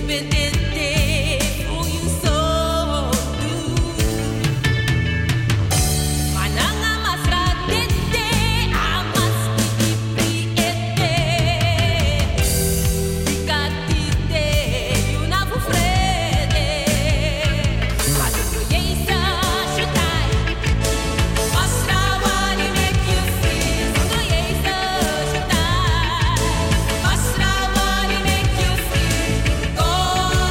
Go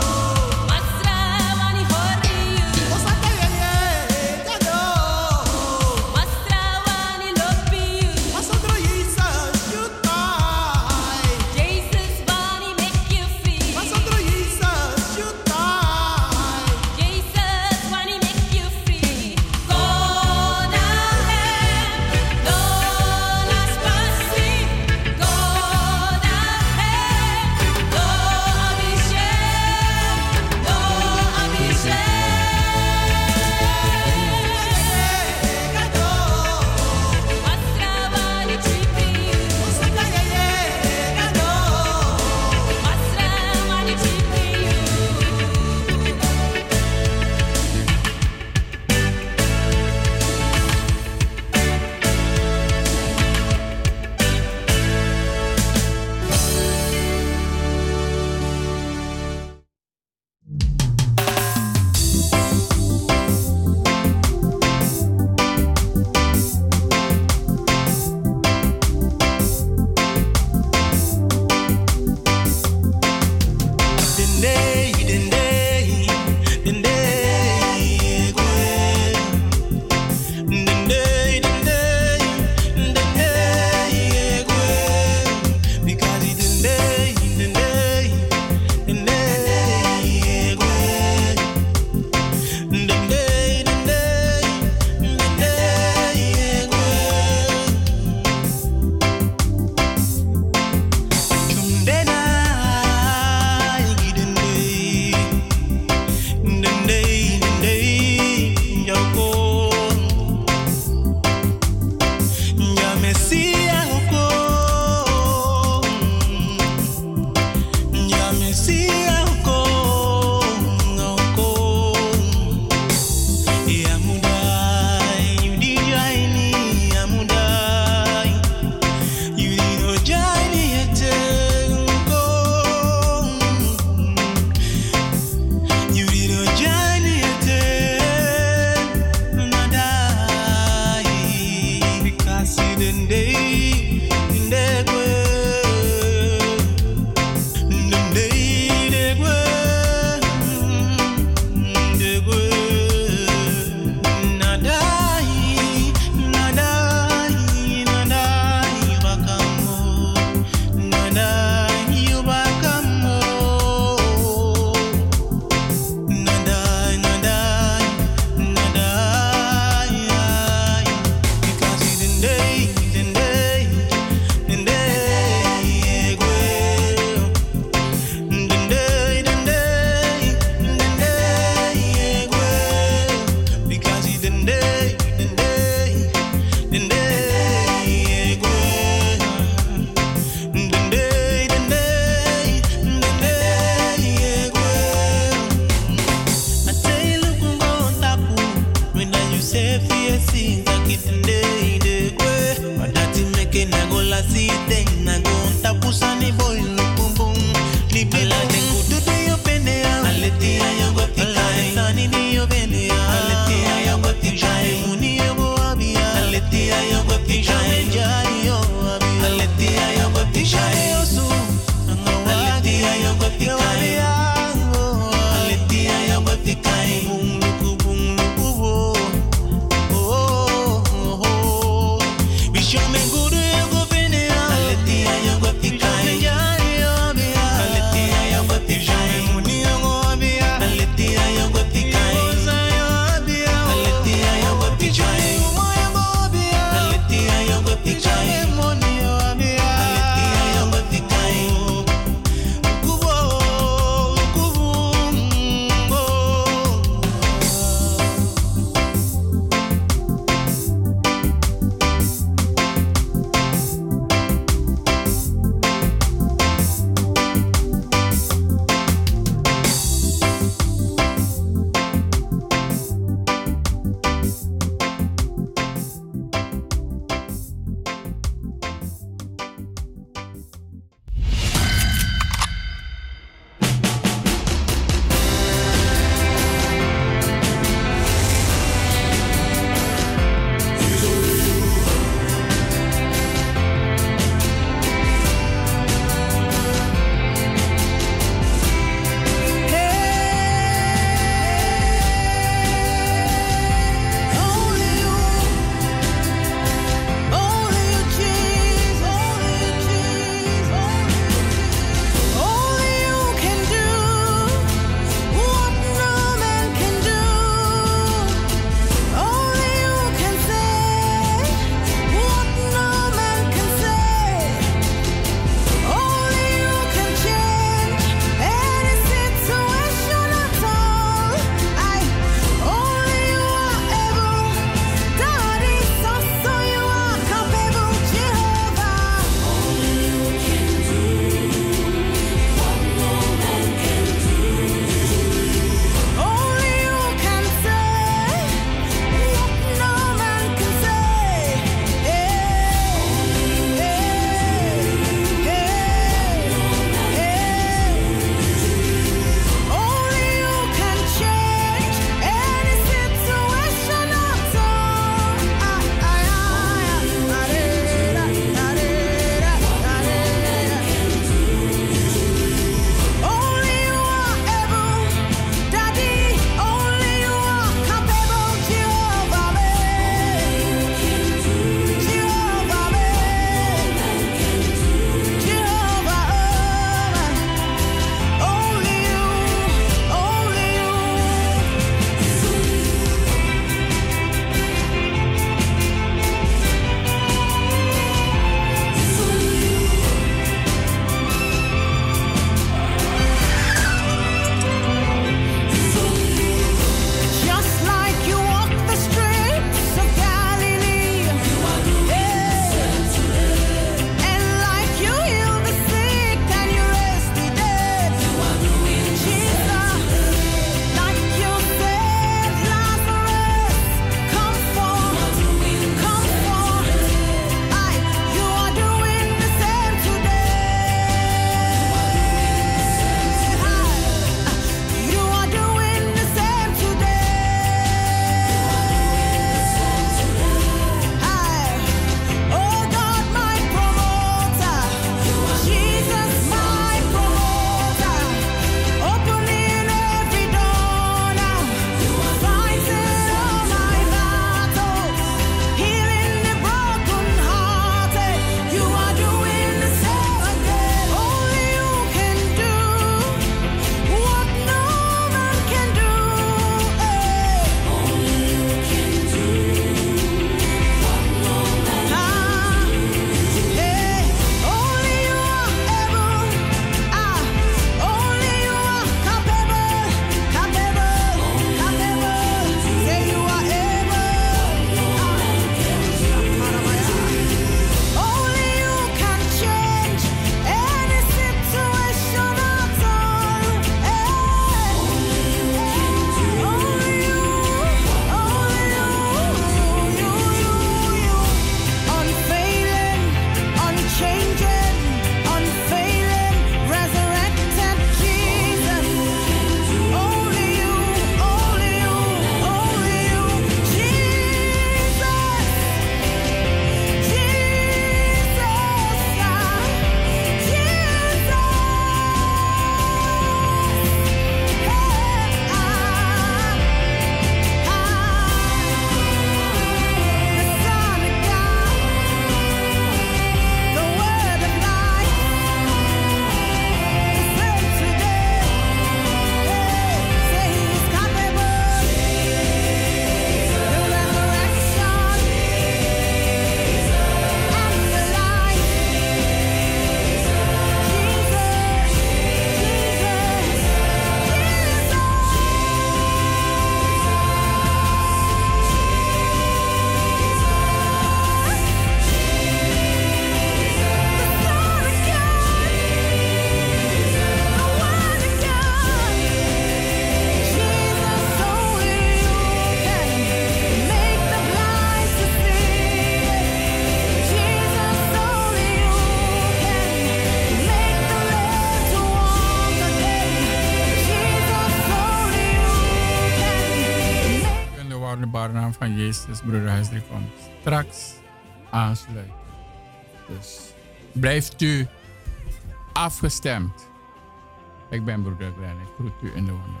kostbare naam van Jezus, broeder Huisdrie komt straks aansluiten. Dus blijft u afgestemd. Ik ben broeder Glenn, ik groet u in de wandel.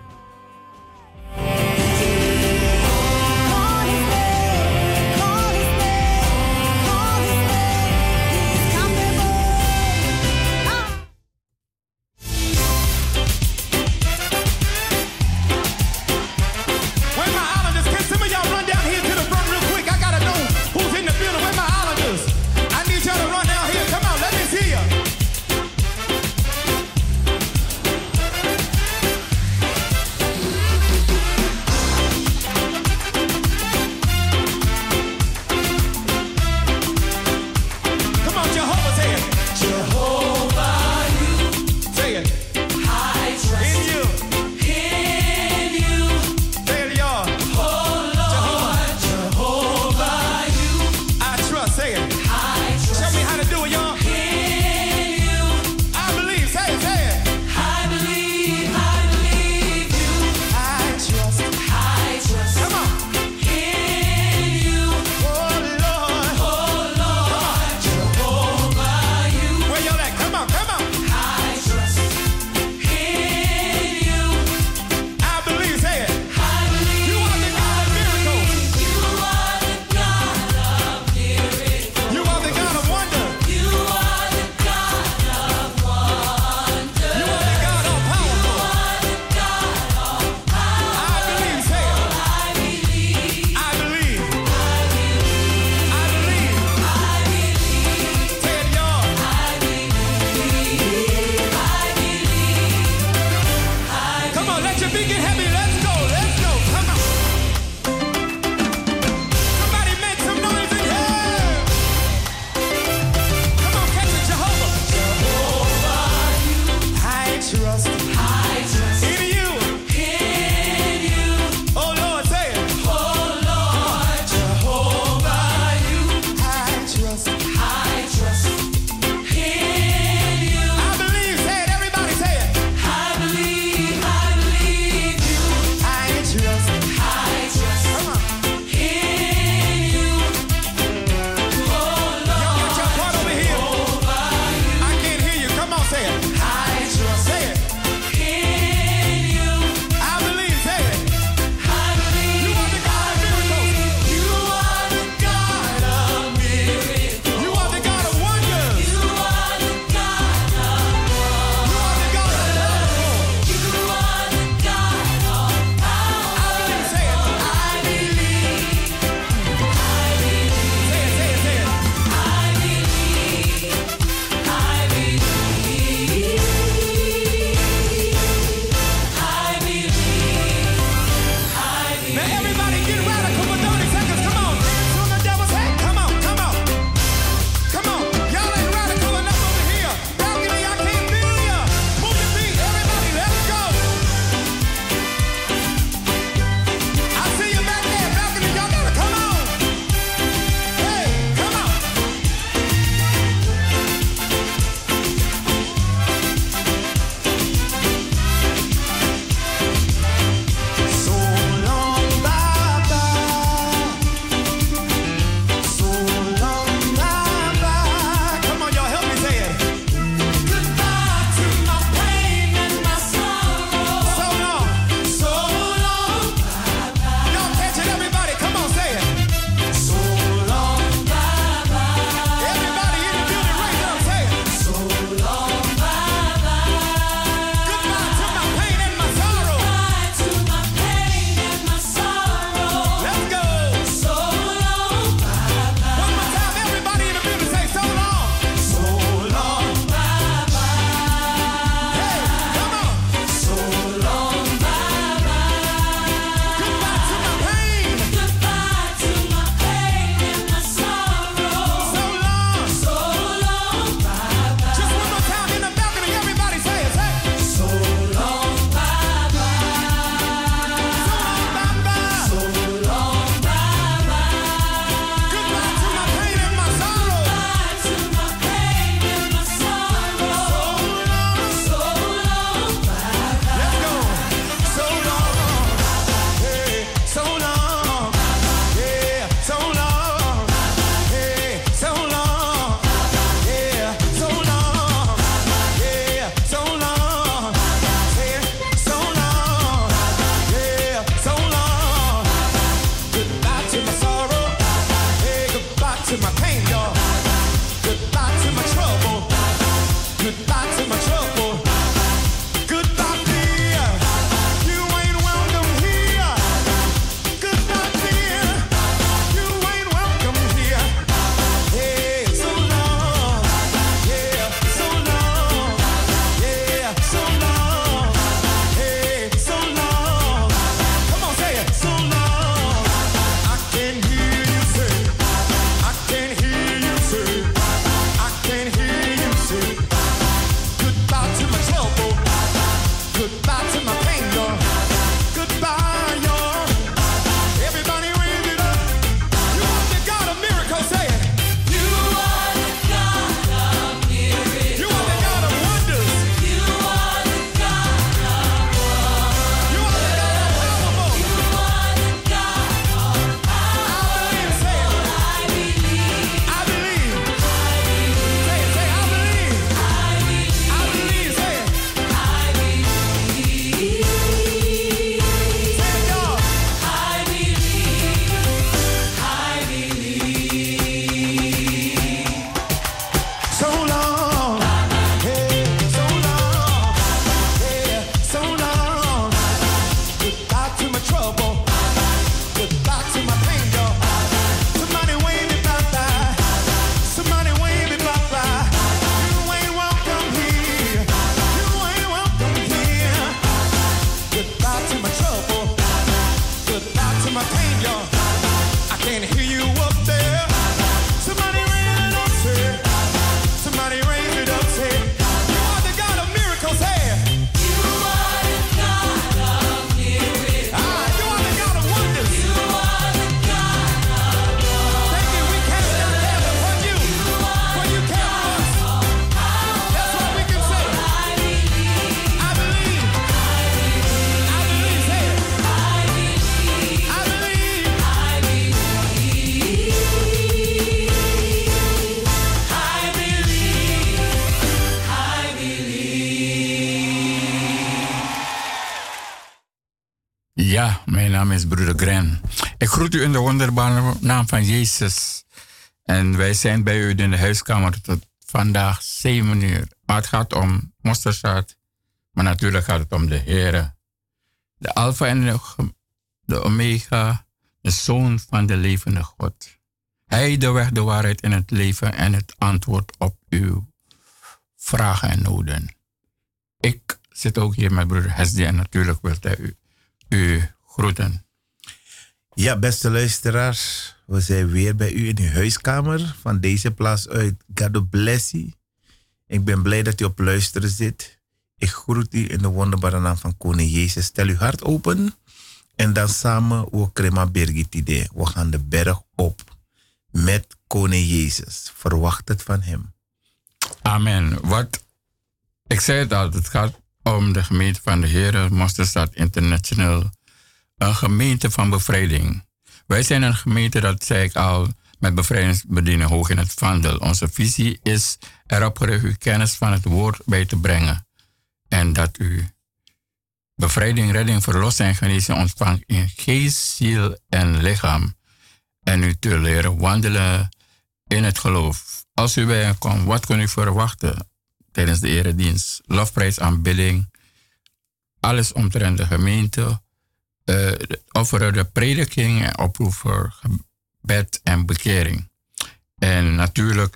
Ja, mijn naam is broeder Gren. Ik groet u in de wonderbare naam van Jezus. En wij zijn bij u in de huiskamer tot vandaag 7 uur. Maar het gaat om mosterdzaad. Maar natuurlijk gaat het om de Heer. De Alpha en de Omega. De Zoon van de levende God. Hij de weg, de waarheid en het leven en het antwoord op uw vragen en noden. Ik zit ook hier met broeder Hesdy en natuurlijk wil hij u groeten. Ja, beste luisteraars, we zijn weer bij u in uw huiskamer van deze plaats uit. God bless you. Ik ben blij dat u op luisteren zit. Ik groet u in de wonderbare naam van Koning Jezus. Stel uw hart open en dan samen we Krema Bergitide. We gaan de berg op met Koning Jezus. Verwacht het van hem. Amen. Ik zei het al, het gaat om de gemeente van de Heer, Mosterdzaad International. Een gemeente van bevrijding. Wij zijn een gemeente, dat zei ik al, met bevrijdingsbediening hoog in het vaandel. Onze visie is erop gericht uw kennis van het woord bij te brengen. En dat u bevrijding, redding, verlossing en genezing ontvangt in geest, ziel en lichaam. En u te leren wandelen in het geloof. Als u bij komt, wat kunt u verwachten tijdens de eredienst? Lofprijs, aanbidding, alles omtrent de gemeente. Offeren de prediking en oproep voor gebed en bekering. En natuurlijk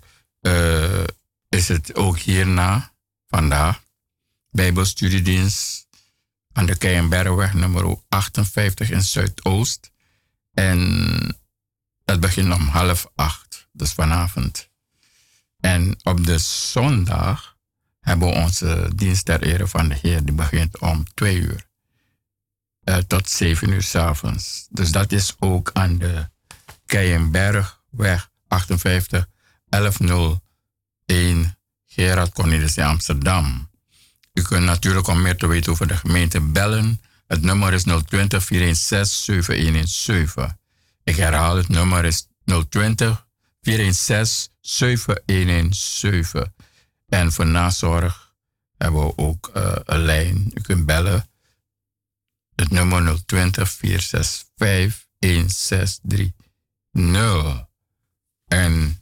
is het ook hierna, vandaag, Bijbelstudiedienst aan de Keienbergweg nummer 58 in Zuidoost. En dat begint om 7:30, dus vanavond. En op de zondag hebben we onze dienst ter ere van de Heer. Die begint om 2 uur. Tot 7 uur 's avonds. Dus dat is ook aan de Keienbergweg 58 1101 Gerard Cornelis in Amsterdam. U kunt natuurlijk om meer te weten over de gemeente bellen. Het nummer is 020 416 7117. Ik herhaal, het nummer is 020 416 7117. En voor nazorg hebben we ook een lijn. U kunt bellen. Het nummer 020 465 1630. En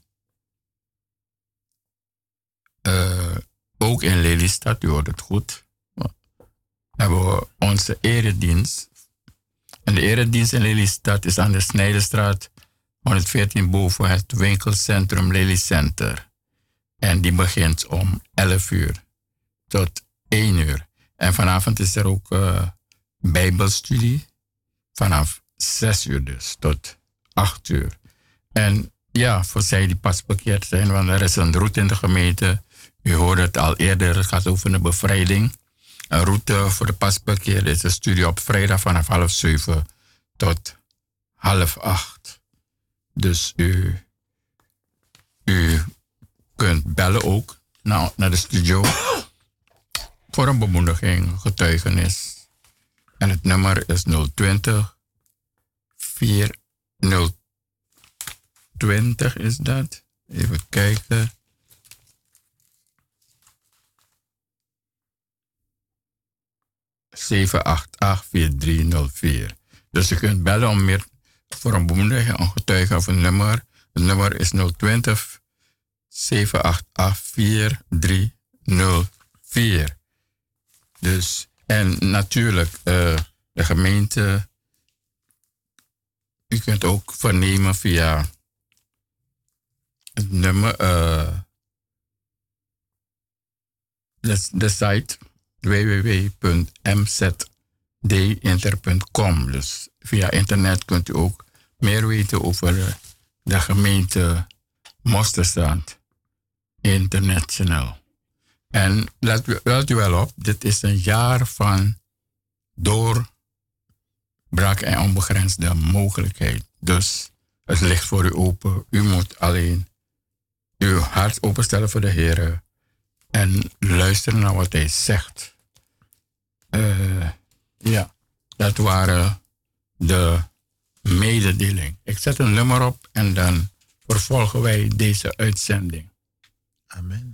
ook in Lelystad, u hoort het goed, hebben we onze eredienst. En de eredienst in Lelystad is aan de Snijdenstraat 114 boven het winkelcentrum Lelycenter. En die begint om 11 uur tot 1 uur. En vanavond is er ook Bijbelstudie vanaf 6 uur dus tot 8 uur. En ja, voor zij die pas bekeerd zijn, want er is een route in de gemeente. U hoorde het al eerder, het gaat over de bevrijding. Een route voor de pas bekeerden is een studie op vrijdag vanaf 6:30 tot 7:30. Dus u kunt bellen ook naar de studio voor een bemoediging, getuigenis. En het nummer is 020 4020 is dat. Even kijken. (788-4304). Dus u kunt bellen om meer voor een bemoediging, een getuige of een nummer. Het nummer is 020 788-4304. Dus, en natuurlijk, de gemeente, u kunt ook vernemen via het nummer, de site www.mzdinter.com. Dus via internet kunt u ook meer weten over de gemeente Mosterdzaad International. En let u wel op, dit is een jaar van doorbraak en onbegrensde mogelijkheid. Dus het ligt voor u open. U moet alleen uw hart openstellen voor de Heer en luisteren naar wat Hij zegt. Ja, dat waren de mededeling. Ik zet een nummer op en dan vervolgen wij deze uitzending. Amen.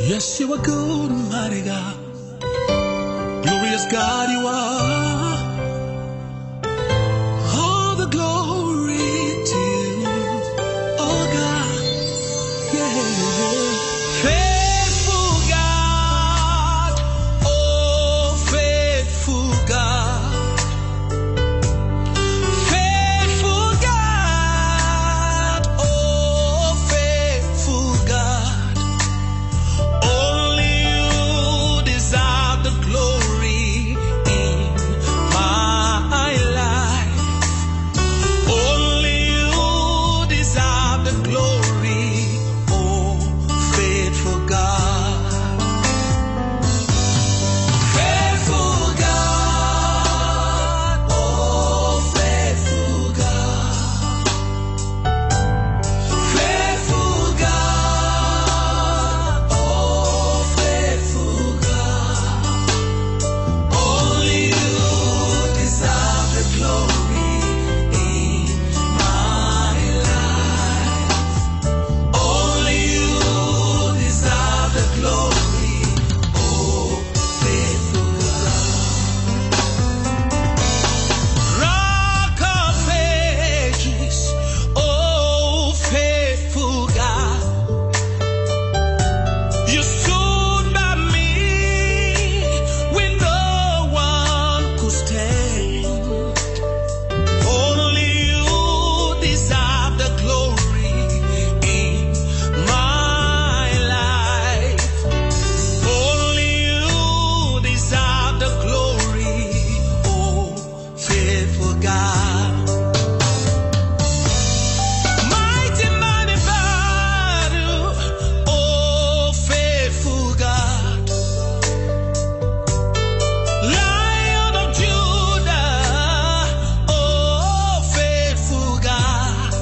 Yes, you are good, mighty God. Glorious God, you are. All the glory to you, oh God. Yeah. Faithful God, oh faithful God. Faithful God, oh faithful God. Only you deserve the glory in my life. Only you deserve the glory, oh faithful God. Faithful God, oh faithful God. Faithful God, oh faithful God. Only you deserve the glory in my life. Only you deserve the glory, oh faithful God. Rock of ages, oh faithful God. You stood by me when no one could stand. Only you deserve the glory in my life. Only you deserve the glory, oh faithful God. Mighty man in battle, oh faithful God. Lion of Judah, oh faithful God.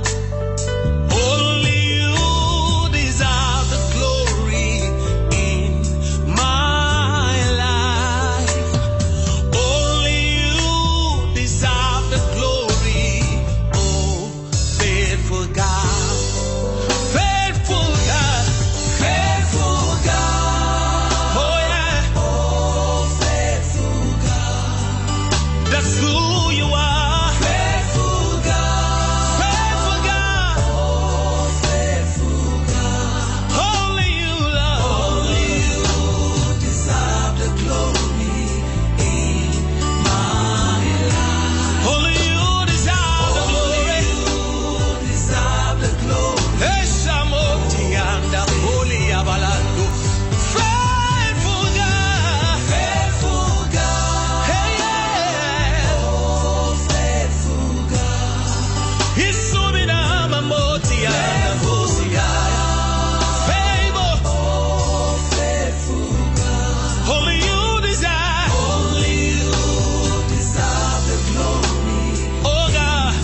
Only you deserve the glory in my life. Only you deserve the glory, oh faithful God. Faithful God, faithful God. Oh yeah, oh faithful God. That's who you are. Faithful God, faithful God. Oh faithful God. Only you, Lord. Only you deserve the glory in my life. Only you deserve the glory. Only you deserve the glory. Hey, Shamoti and the Holy Abalando. Faithful God, faithful God. Hey, yeah. Oh, faithful God. Isubina Mamoti and the Hosea. Favor. Oh, faithful God. Only you deserve. Only you deserve the glory. Oh God.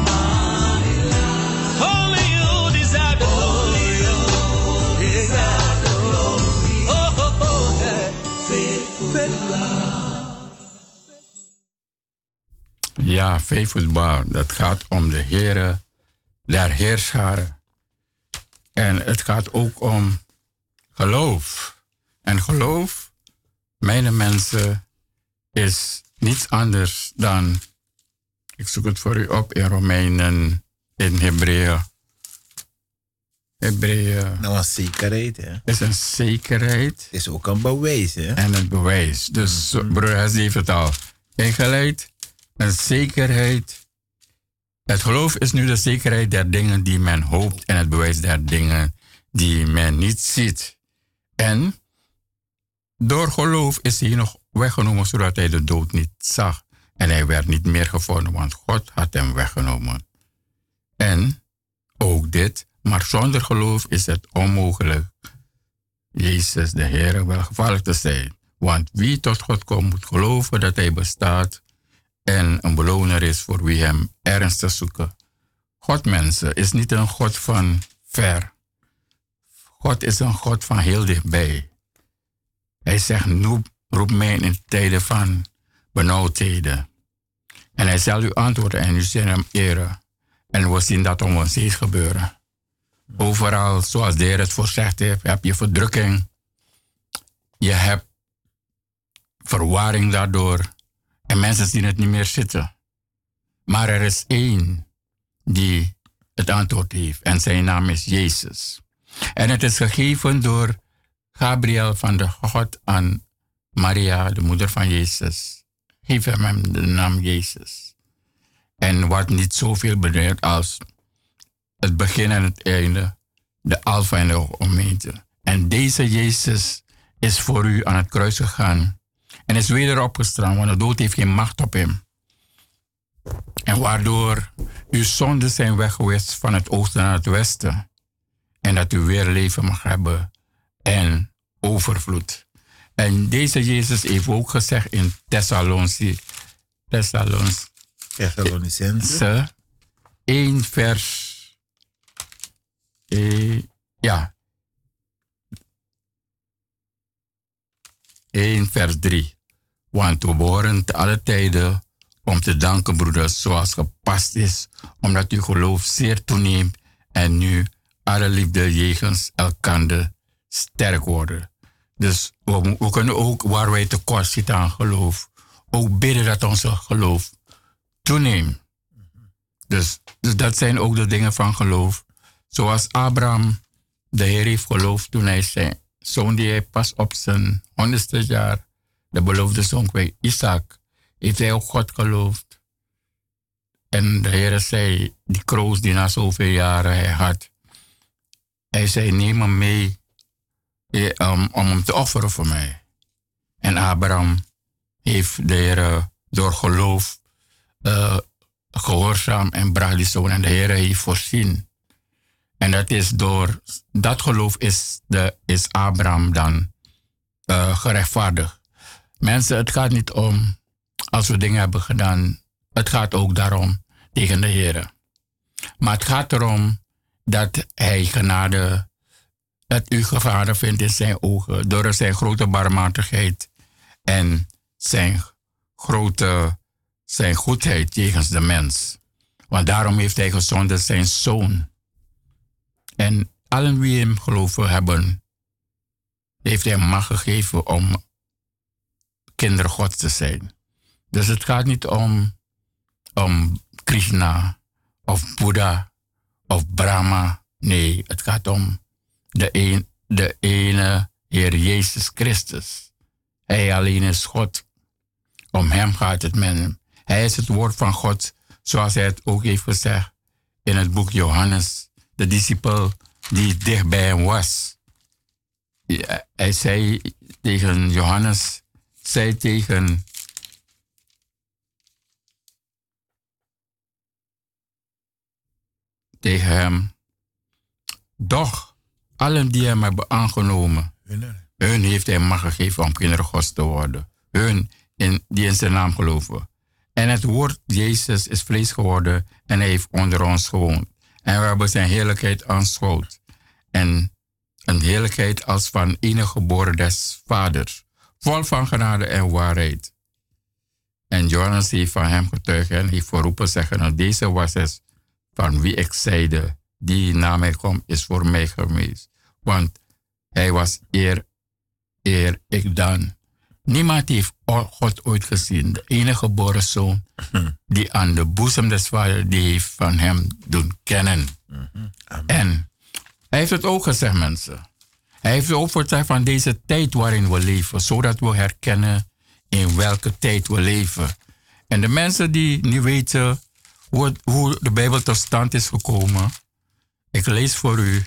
Only you deserve the glory. Only you deserve the glory. Oh, oh, oh, yeah. Faithful God. Ja, veevoetbal. Dat gaat om de heren der heerscharen. En het gaat ook om geloof. En geloof, mijn mensen, is niets anders dan... Ik zoek het voor u op in Romeinen, in Hebreeën. Hebreeën Nou, een zekerheid, hè. is een zekerheid Het is ook een bewijs, hè. en het bewijs. Dus broer Hesdy heeft het al ingeleid. Een zekerheid. Het geloof is nu de zekerheid der dingen die men hoopt en het bewijs der dingen die men niet ziet. En door geloof is hij nog weggenomen zodat hij de dood niet zag. En hij werd niet meer gevonden, want God had hem weggenomen. En ook dit, maar zonder geloof is het onmogelijk Jezus de Heer welgevallig te zijn. Want wie tot God komt moet geloven dat hij bestaat en een beloner is voor wie hem ernstig zoeken. God, mensen, is niet een God van ver. God is een God van heel dichtbij. Hij zegt, roep mij in tijden van benauwdheden. En hij zal u antwoorden en u zal hem eren. En we zien dat om ons heen gebeuren. Overal, zoals de Heer het voorzegd heeft, heb je verdrukking. Je hebt verwarring daardoor. En mensen zien het niet meer zitten. Maar er is één die het antwoord heeft. En zijn naam is Jezus. En het is gegeven door Gabriel van de God aan Maria, de moeder van Jezus. Geef hem de naam Jezus. En wat niet zoveel bedoelt als het begin en het einde. De alfa en de omega. En deze Jezus is voor u aan het kruis gegaan. En is weder opgestaan, want de dood heeft geen macht op hem. En waardoor uw zonden zijn weggewist van het oosten naar het westen. En dat u weer leven mag hebben en overvloed. En deze Jezus heeft ook gezegd in Thessalonicense 1 vers... 1 vers 3. Want we behoren te alle tijden om te danken, broeders, zoals gepast is, omdat uw geloof zeer toeneemt en nu alle liefde jegens elkander sterk worden. Dus we kunnen ook, waar wij tekort zitten aan geloof, ook bidden dat onze geloof toeneemt. Dus dat zijn ook de dingen van geloof. Zoals Abraham, de Heer heeft geloofd toen hij zijn zoon die hij pas op zijn 100ste jaar, de beloofde zoon bij Isaac, heeft hij ook God geloofd. En de Heer zei, die kroos die na zoveel jaren hij had, hij zei, neem hem mee om hem te offeren voor mij. En Abraham heeft de Heer door geloof gehoorzaam en bracht die zoon. En de Heer heeft voorzien. En dat is door dat geloof is Abraham dan gerechtvaardigd. Mensen, het gaat niet om als we dingen hebben gedaan. Het gaat ook daarom tegen de Heer. Maar het gaat erom dat hij genade, dat u genade vindt in zijn ogen. Door zijn grote barmhartigheid en zijn goedheid jegens de mens. Want daarom heeft hij gezonden zijn zoon. En allen wie hem geloven hebben, heeft hij macht gegeven om kinderen Gods te zijn. Dus het gaat niet om Krishna of Boeddha of Brahma. Nee, het gaat om de ene Heer Jezus Christus. Hij alleen is God. Om hem gaat het met hem. Hij is het woord van God, zoals hij het ook heeft gezegd in het boek Johannes. De discipel die dicht bij hem was. Hij zei tegen Johannes, zei tegen hem, doch allen die hem hebben aangenomen, hun heeft hij macht gegeven om kinderen Gods te worden. Hun die in zijn naam geloven. En het woord Jezus is vlees geworden en hij heeft onder ons gewoond. En we hebben zijn heerlijkheid aanschouwd. En een heerlijkheid als van enige geboren des vaders. Vol van genade en waarheid. En Johannes heeft van hem getuigd en heeft voorroepen zeggen, nou, deze was het van wie ik zeide, die na mij komt, is voor mij geweest. Want hij was eer ik dan. Niemand heeft God ooit gezien. De enige geboren zoon die aan de boezem des vaders, die heeft van hem doen kennen. En hij heeft het ook gezegd, mensen. Hij heeft ook gezegd van deze tijd waarin we leven, zodat we herkennen in welke tijd we leven. En de mensen die niet weten hoe de Bijbel tot stand is gekomen, ik lees voor u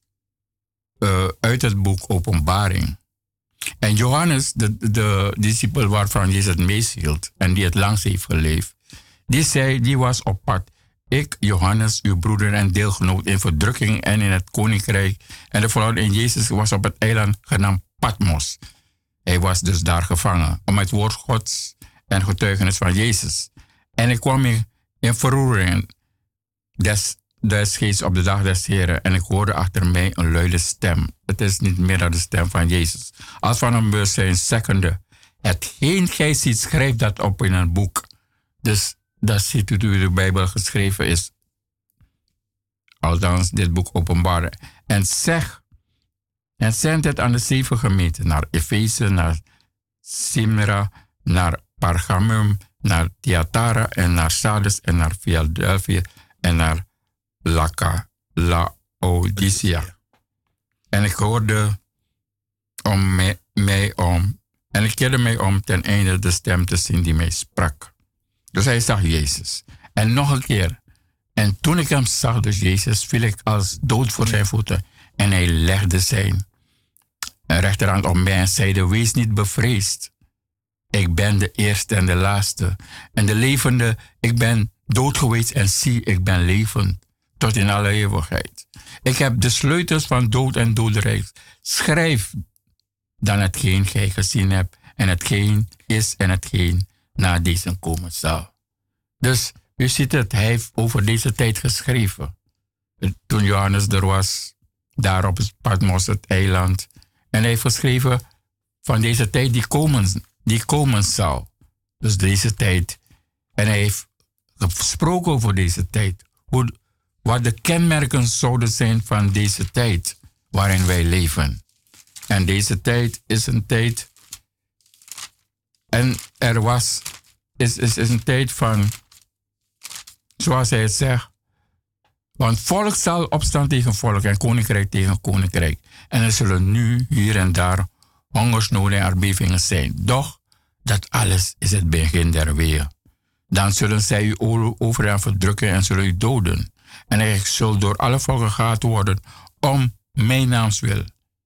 uit het boek Openbaring. En Johannes, de discipel waarvan Jezus het meest hield en die het langst heeft geleefd, die was op pad. Ik, Johannes, uw broeder en deelgenoot in verdrukking en in het koninkrijk. En de verhouding in Jezus was op het eiland genaamd Patmos. Hij was dus daar gevangen om het woord Gods en getuigenis van Jezus. En ik kwam in verroering des geest op de dag des Heren. En ik hoorde achter mij een luide stem. Het is niet meer dan de stem van Jezus. Als van een bewustzijn zeggende, hetgeen gij ziet, schrijf dat op in een boek. Dus dat ziet u de Bijbel geschreven is Althans, dit boek openbaren. En zend het aan de 7 gemeenten. Naar Efeze, naar Smyrna, naar Pergamum, naar Thyatira en naar Sardes en naar Philadelphia en naar Laodicea. En ik hoorde en ik keerde mij om ten einde de stem te zien die mij sprak. Dus hij zag Jezus. En nog een keer. En toen ik hem zag, dus Jezus, viel ik als dood voor zijn voeten. En hij legde zijn rechterhand op mij en zeide, wees niet bevreesd. Ik ben de eerste en de laatste. En de levende, ik ben dood geweest en zie, ik ben levend. Tot in alle eeuwigheid. Ik heb de sleutels van dood en dodenrijk. Schrijf dan hetgeen gij gezien hebt. En hetgeen is en hetgeen na deze komen zal. Dus u ziet het, hij heeft over deze tijd geschreven. Toen Johannes er was, daar op Patmos, het eiland. En hij heeft geschreven van deze tijd die komen zal. Dus deze tijd. En hij heeft gesproken over deze tijd. Wat de kenmerken zouden zijn van deze tijd waarin wij leven. En deze tijd is een tijd. En is een tijd van, zoals hij het zegt. Want volk zal opstaan tegen volk en koninkrijk tegen koninkrijk. En er zullen nu hier en daar hongersnoden en aardbevingen zijn. Doch, dat alles is het begin der weer. Dan zullen zij u overal verdrukken en zullen u doden. En ik zul door alle volken gehaat worden om mijn naams wil.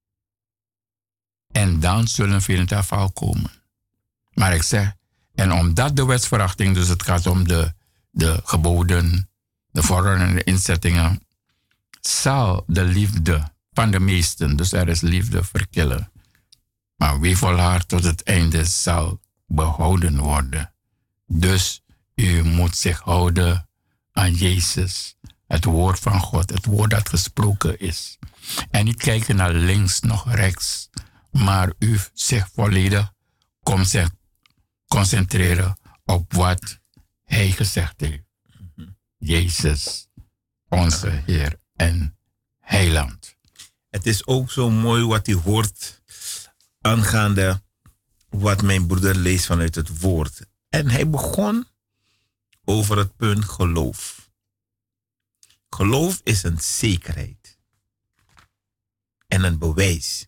En dan zullen velen ter val komen. Maar ik zeg, en omdat de wetsverachting, dus het gaat om de geboden, de vormen en de inzettingen, zal de liefde van de meesten, dus er is liefde, verkillen. Maar wie volhardt tot het einde zal behouden worden. Dus u moet zich houden aan Jezus, het woord van God, het woord dat gesproken is. En niet kijken naar links nog rechts, maar u zich volledig concentreren op wat hij gezegd heeft. Jezus, onze Heer en Heiland. Het is ook zo mooi wat u hoort aangaande wat mijn broeder leest vanuit het woord. En hij begon over het punt geloof. Geloof is een zekerheid en een bewijs.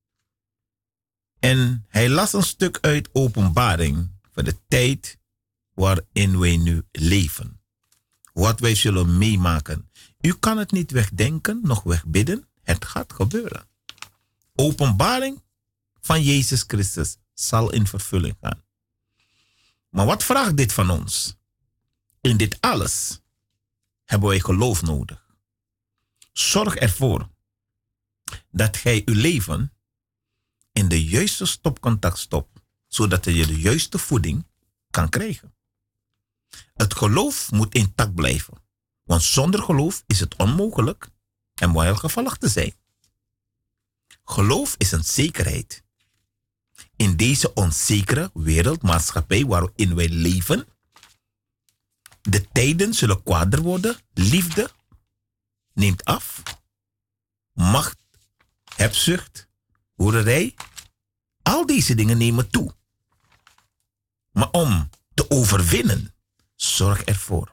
En hij las een stuk uit Openbaring van de tijd waarin wij nu leven. Wat wij zullen meemaken. U kan het niet wegdenken, nog wegbidden. Het gaat gebeuren. Openbaring van Jezus Christus zal in vervulling gaan. Maar wat vraagt dit van ons? In dit alles hebben wij geloof nodig. Zorg ervoor dat gij uw leven in de juiste stopcontact stopt, zodat je de juiste voeding kan krijgen. Het geloof moet intact blijven, want zonder geloof is het onmogelijk en welgevallig te zijn. Geloof is een zekerheid. In deze onzekere wereldmaatschappij waarin wij leven, de tijden zullen kwader worden, liefde neemt af, macht, hebzucht, hoererij, al deze dingen nemen toe. Maar om te overwinnen, zorg ervoor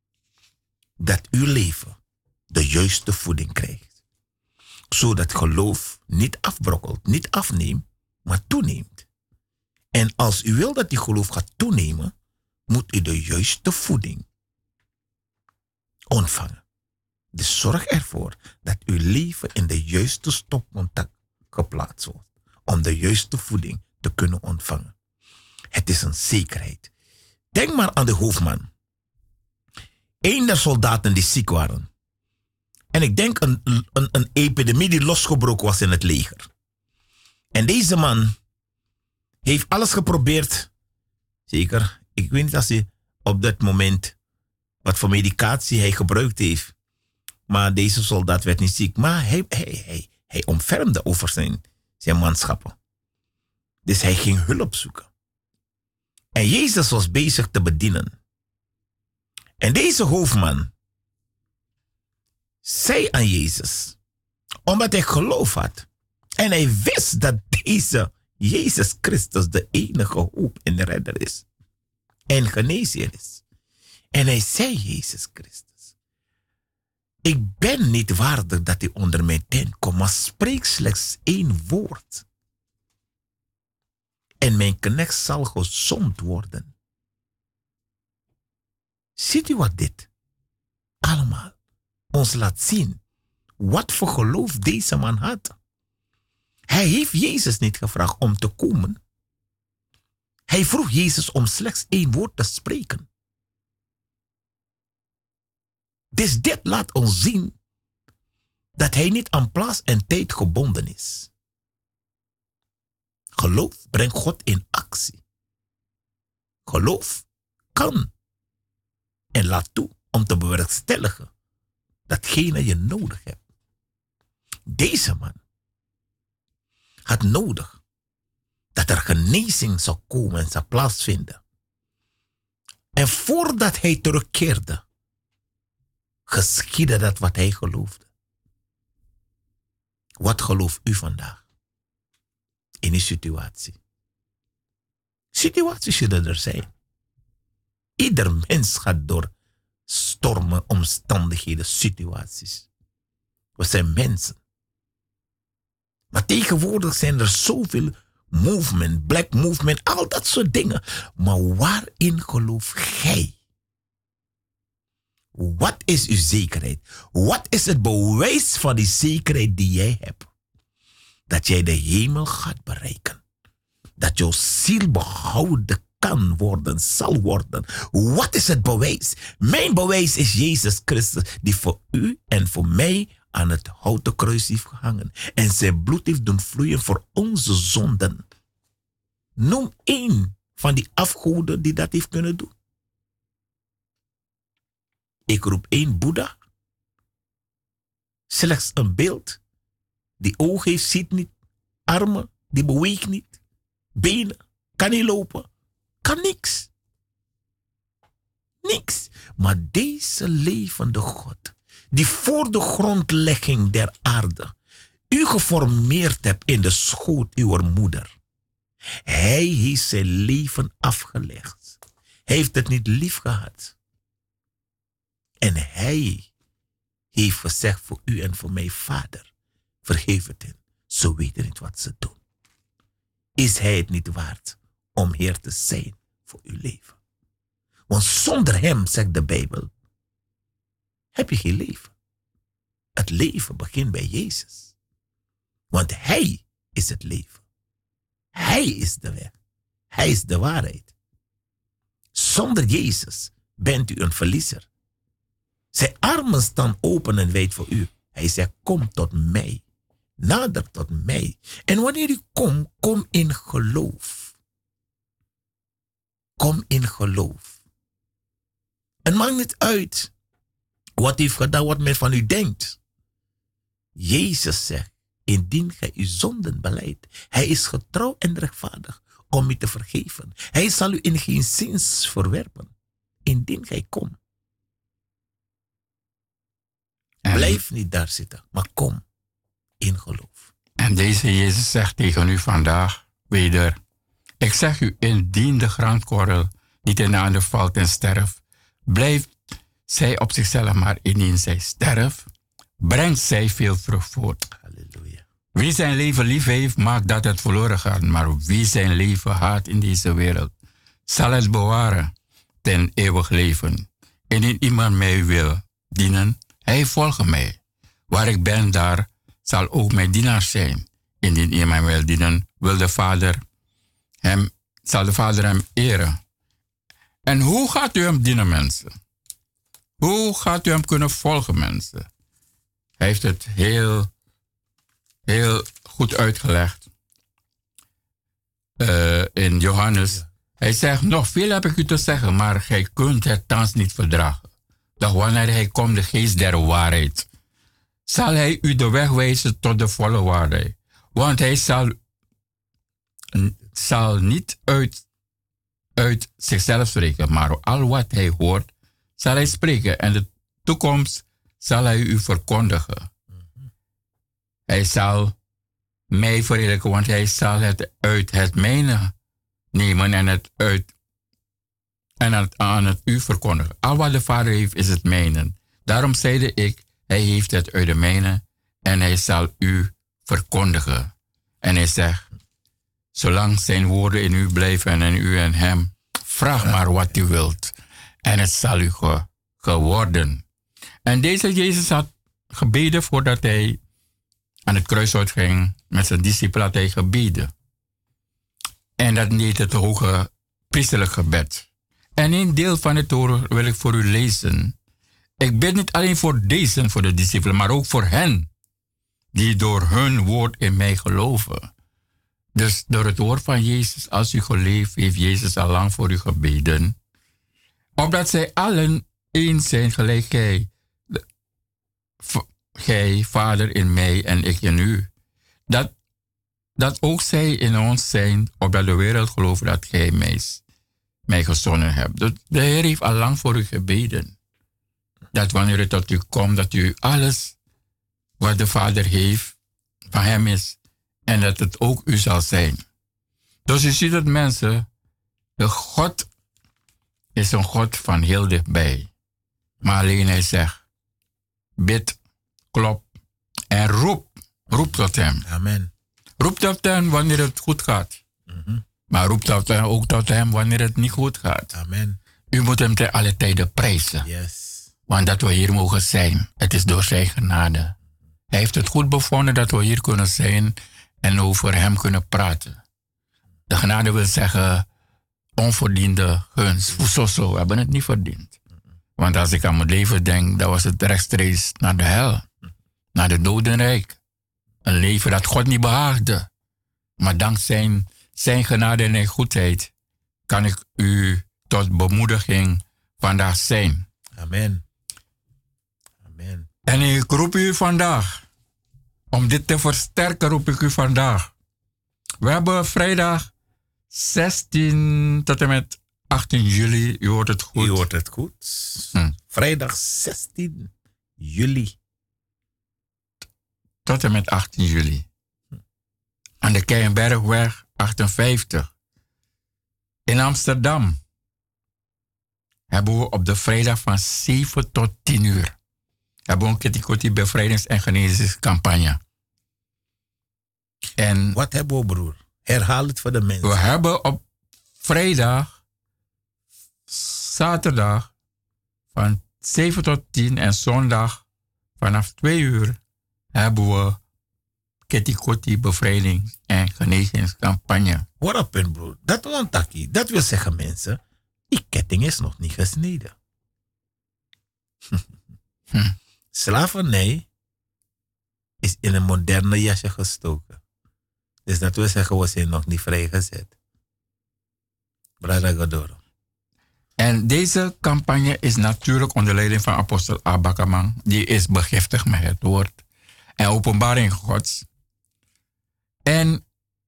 dat uw leven de juiste voeding krijgt. Zodat geloof niet afbrokkelt, niet afneemt, maar toeneemt. En als u wil dat die geloof gaat toenemen, moet u de juiste voeding ontvangen. Dus zorg ervoor dat uw leven in de juiste stopcontact geplaatst wordt. Om de juiste voeding te kunnen ontvangen. Het is een zekerheid. Denk maar aan de hoofdman. Een der soldaten die ziek waren. En ik denk een epidemie die losgebroken was in het leger. En deze man heeft alles geprobeerd. Zeker, ik weet niet als hij op dat moment wat voor medicatie hij gebruikt heeft. Maar deze soldaat werd niet ziek. Maar hij omvermde over zijn manschappen. Dus hij ging hulp zoeken. En Jezus was bezig te bedienen. En deze hoofdman zei aan Jezus, omdat hij geloof had. En hij wist dat deze Jezus Christus de enige hoop en redder is. En geneesheer is. En hij zei Jezus Christus, ik ben niet waardig dat u onder mijn tent komt, maar spreek slechts 1 woord. En mijn knecht zal gezond worden. Ziet u wat dit allemaal ons laat zien? Wat voor geloof deze man had. Hij heeft Jezus niet gevraagd om te komen. Hij vroeg Jezus om slechts 1 woord te spreken. Dus dit laat ons zien dat hij niet aan plaats en tijd gebonden is. Geloof brengt God in actie. Geloof kan en laat toe om te bewerkstelligen datgene je nodig hebt. Deze man had nodig dat er genezing zou komen en zou plaatsvinden. En voordat hij terugkeerde, geschiedde dat wat hij geloofde. Wat gelooft u vandaag in uw situatie? Situaties zullen er zijn. Ieder mens gaat door stormen, omstandigheden, situaties. We zijn mensen. Maar tegenwoordig zijn er zoveel movement, black movement, al dat soort dingen. Maar waarin geloof jij? Wat is uw zekerheid? Wat is het bewijs van die zekerheid die jij hebt? Dat jij de hemel gaat bereiken. Dat jouw ziel behouden kan worden, zal worden. Wat is het bewijs? Mijn bewijs is Jezus Christus, die voor u en voor mij aan het houten kruis heeft gehangen. En zijn bloed heeft doen vloeien voor onze zonden. Noem 1 van die afgoden die dat heeft kunnen doen. Ik roep 1 Boeddha. Slechts een beeld. Die oog heeft, ziet niet. Armen, die beweegt niet. Benen, kan niet lopen. Kan niks. Niks. Maar deze levende God, die voor de grondlegging der aarde u geformeerd hebt in de schoot uw moeder. Hij heeft zijn leven afgelegd. Hij heeft het niet lief gehad. En hij heeft gezegd voor u en voor mij, Vader, vergeef het hen. Ze weten niet wat ze doen. Is hij het niet waard om Heer te zijn voor uw leven? Want zonder hem, zegt de Bijbel, heb je geen leven. Het leven begint bij Jezus. Want hij is het leven. Hij is de weg. Hij is de waarheid. Zonder Jezus bent u een verliezer. Zijn armen staan open en wijd voor u. Hij zegt, kom tot mij. Nader tot mij. En wanneer u komt, kom in geloof. Kom in geloof. Het maakt niet uit wat u heeft gedaan, wat men van u denkt. Jezus zegt, indien gij uw zonden belijdt, hij is getrouw en rechtvaardig om u te vergeven. Hij zal u in geen zins verwerpen, indien gij komt. Blijf niet daar zitten, maar kom in geloof. En deze Jezus zegt tegen u vandaag weder, ik zeg u, indien de graankorrel niet in de aarde valt en sterft, blijft zij op zichzelf, maar indien zij sterft, brengt zij veel vrucht voort. Halleluja. Wie zijn leven lief heeft, maakt dat het verloren gaat. Maar wie zijn leven haat in deze wereld, zal het bewaren ten eeuwig leven. Indien iemand mij wil dienen, hij volgt mij. Waar ik ben, daar zal ook mijn dienaar zijn. Indien iemand wil dienen, zal de Vader hem eren. En hoe gaat u hem dienen, mensen? Hoe gaat u hem kunnen volgen, mensen? Hij heeft het heel goed uitgelegd in Johannes. Ja. Hij zegt, nog veel heb ik u te zeggen, maar gij kunt het thans niet verdragen. Doch wanneer hij komt, de geest der waarheid, zal hij u de weg wijzen tot de volle waarheid. Want hij zal niet uit zichzelf spreken, maar al wat hij hoort, zal hij spreken. En de toekomst zal hij u verkondigen. Hij zal mij verheerlijken, want hij zal het uit het mijne nemen en aan het u verkondigen. Al wat de Vader heeft, is het mijne. Daarom zeide ik, hij heeft het uit de mijne en hij zal u verkondigen. En hij zegt, zolang zijn woorden in u blijven en u en hem, vraag maar wat u wilt. En het zal u geworden. En deze Jezus had gebeden voordat hij aan het kruishout ging. Met zijn discipelen had hij gebeden. En dat deed het hoge priesterlijk gebed. En een deel van het Torah wil ik voor u lezen. Ik bid niet alleen voor de discipelen, maar ook voor hen die door hun woord in mij geloven. Dus door het woord van Jezus, als u geleefd, heeft Jezus al lang voor u gebeden. Opdat zij allen één zijn, gelijk gij, Vader, in mij en ik in u. Dat ook zij in ons zijn, opdat de wereld gelooft dat gij mij gezonden hebt. Dus de Heer heeft al lang voor u gebeden. Dat wanneer het tot u komt, dat u alles wat de Vader heeft, van hem is. En dat het ook u zal zijn. Dus u ziet dat mensen, de God is een God van heel dichtbij. Maar alleen hij zegt, bid, klop en roep tot hem. Amen. Roep tot hem wanneer het goed gaat. Maar roep ook tot hem wanneer het niet goed gaat. Amen. U moet hem te alle tijden prijzen. Yes. Want dat we hier mogen zijn, het is door zijn genade. Hij heeft het goed bevonden dat we hier kunnen zijn en over hem kunnen praten. De genade wil zeggen onverdiende gunst. We hebben het niet verdiend. Want als ik aan mijn leven denk, dan was het rechtstreeks naar de hel. Naar de dodenrijk. Een leven dat God niet behaagde. Maar dankzij zijn genade en zijn goedheid kan ik u tot bemoediging vandaag zijn. Amen. Amen. En ik roep u vandaag, om dit te versterken roep ik u vandaag. We hebben vrijdag 16 tot en met 18 juli, u hoort het goed. U hoort het goed. Vrijdag 16 juli. Tot en met 18 juli. Aan de Keienbergweg 58. In Amsterdam hebben we op de vrijdag van 7 tot 10 uur. Hebben we een Kitty bevrijdings- en genezingscampagne. En wat hebben we, broer? Herhaal het voor de mensen. We hebben op vrijdag, zaterdag van 7 tot 10 en zondag vanaf 2 uur hebben we Kitty bevrijdings- en genezingscampagne. Wat een punt, broer. Dat ontakkie. Dat wil zeggen, mensen, die ketting is nog niet gesneden. Slavernij is in een moderne jasje gestoken. Dus dat wil zeggen, we zijn nog niet vrijgezet. Brada Godoro. En deze campagne is natuurlijk onder leiding van apostel Abakaman. Die is begiftigd met het woord en openbaring Gods. En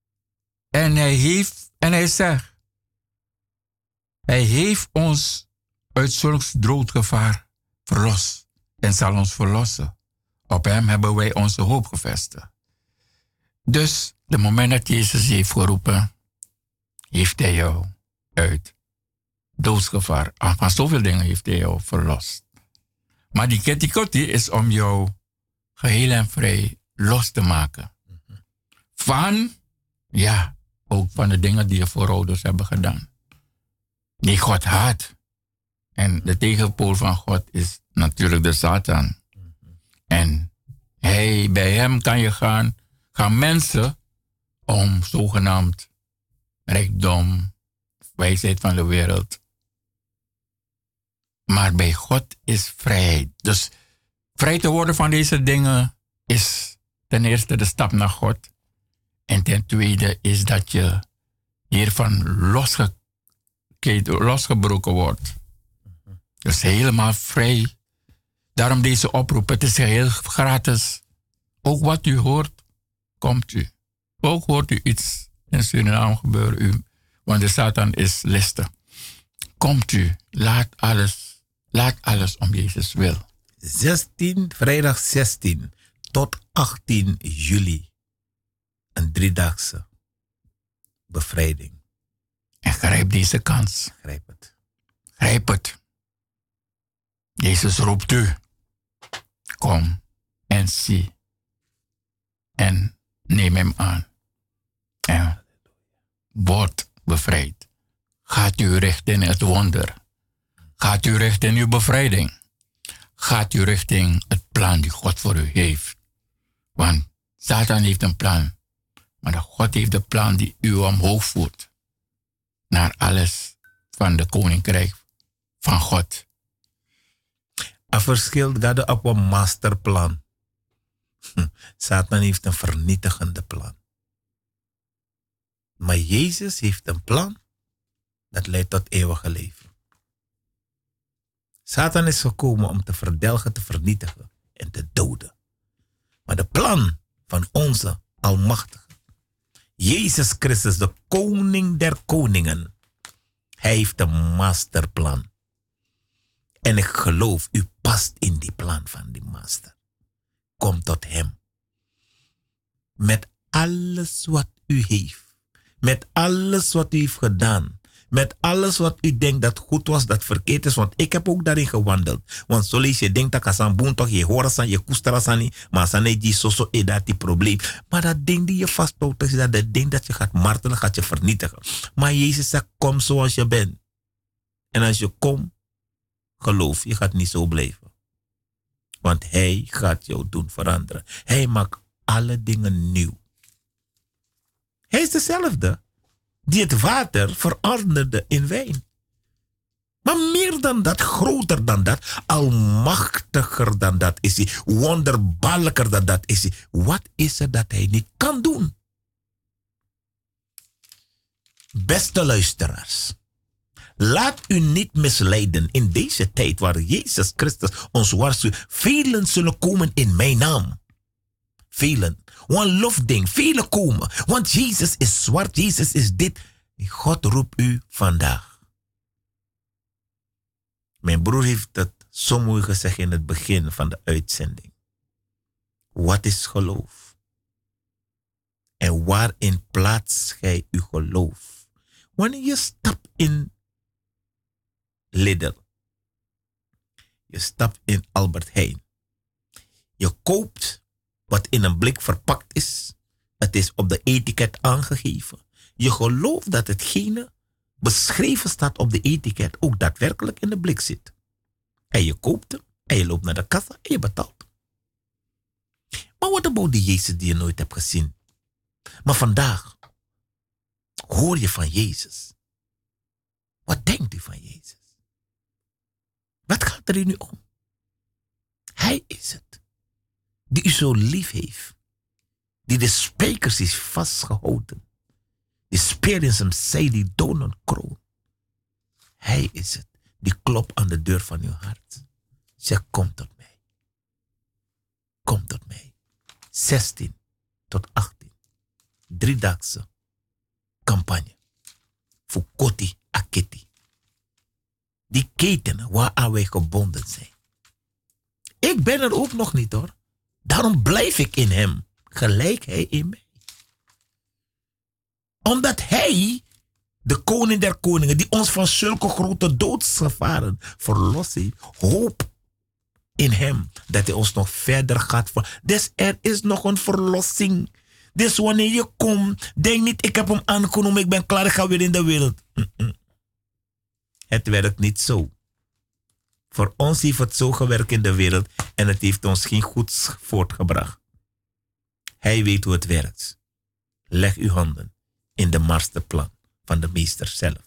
hij zegt, hij heeft ons uit zulks doodgevaar verlost en zal ons verlossen. Op hem hebben wij onze hoop gevestigd. Dus de moment dat Jezus je heeft geroepen, heeft hij jou uit doodsgevaar. Van zoveel dingen heeft hij jou verlost. Maar die Kitty is om jou geheel en vrij los te maken. Van, ja, ook van de dingen die je voorouders hebben gedaan. Die God haat. En de tegenpool van God is natuurlijk de Satan. En bij hem kan je gaan mensen om zogenaamd rijkdom, wijsheid van de wereld. Maar bij God is vrijheid. Dus vrij te worden van deze dingen is ten eerste de stap naar God. En ten tweede is dat je hiervan losgebroken wordt. Dus helemaal vrij. Daarom deze oproep. Het is heel gratis. Ook wat u hoort, komt u. Ook hoort u iets in Suriname gebeuren. Want de Satan is listig. Komt u. Laat alles om Jezus wil. Vrijdag 16 tot 18 juli. Een 3-daagse bevrijding. En grijp deze kans. Grijp het. Grijp het. Jezus roept u. Kom en zie. En neem hem aan. En word bevrijd. Gaat u richting het wonder. Gaat u richting uw bevrijding. Gaat u richting het plan die God voor u heeft. Want Satan heeft een plan. Maar God heeft de plan die u omhoog voert. Naar alles van de koninkrijk van God. Een verschil dat op een masterplan. Satan heeft een vernietigende plan. Maar Jezus heeft een plan dat leidt tot eeuwige leven. Satan is gekomen om te verdelgen, te vernietigen en te doden. Maar de plan van onze Almachtige, Jezus Christus, de koning der koningen, hij heeft een masterplan. En ik geloof, u past in die plan van die master. Kom tot hem. Met alles wat u heeft. Met alles wat u heeft gedaan. Met alles wat u denkt dat goed was, dat verkeerd is. Want ik heb ook daarin gewandeld. Want zo lees je denkt dat als een boon toch je hoort aan je koesteren niet. Maar als een die zo is dat die probleem. Maar dat ding die je vasthoudt, is dat ding dat je gaat martelen, gaat je vernietigen. Maar Jezus zegt, kom zoals je bent. En als je komt, geloof, je gaat niet zo blijven. Want hij gaat jou doen veranderen. Hij maakt alle dingen nieuw. Hij is dezelfde die het water veranderde in wijn. Maar meer dan dat, groter dan dat, almachtiger dan dat is hij. Wonderbaarlijker dan dat is hij. Wat is er dat hij niet kan doen? Beste luisteraars. Laat u niet misleiden in deze tijd waar Jezus Christus ons waarschuwt. Velen zullen komen in mijn naam. Velen. One lofding. Velen komen. Want Jezus is zwart. Jezus is dit. God roept u vandaag. Mijn broer heeft het zo mooi gezegd in het begin van de uitzending. Wat is geloof? En waarin plaats gij uw geloof? Wanneer je stapt in Lidl. Je stapt in Albert Heijn. Je koopt wat in een blik verpakt is. Het is op de etiket aangegeven. Je gelooft dat hetgene beschreven staat op de etiket ook daadwerkelijk in de blik zit. En je koopt hem. En je loopt naar de kassa en je betaalt. Maar wat about die Jezus die je nooit hebt gezien? Maar vandaag hoor je van Jezus. Wat denkt u van Jezus? Wat gaat er nu om? Hij is het. Die u zo lief heeft. Die de spijkers is vastgehouden. Die speer in zijn zij die donen kroon. Hij is het. Die klopt aan de deur van uw hart. Zeg, kom tot mij. Kom tot mij. 16 tot 18. 3-daagse campagne. Voor Koti Aketi. Die ketenen waaraan wij gebonden zijn. Ik ben er ook nog niet hoor. Daarom blijf ik in hem. Gelijk hij in mij. Omdat hij, de koning der koningen, die ons van zulke grote doodsgevaren verlost heeft, hoop in hem dat hij ons nog verder gaat. Dus er is nog een verlossing. Dus wanneer je komt, denk niet, ik heb hem aangenomen, ik ben klaar, ik ga weer in de wereld. Het werkt niet zo. Voor ons heeft het zo gewerkt in de wereld en het heeft ons geen goeds voortgebracht. Hij weet hoe het werkt. Leg uw handen in de masterplan van de meester zelf.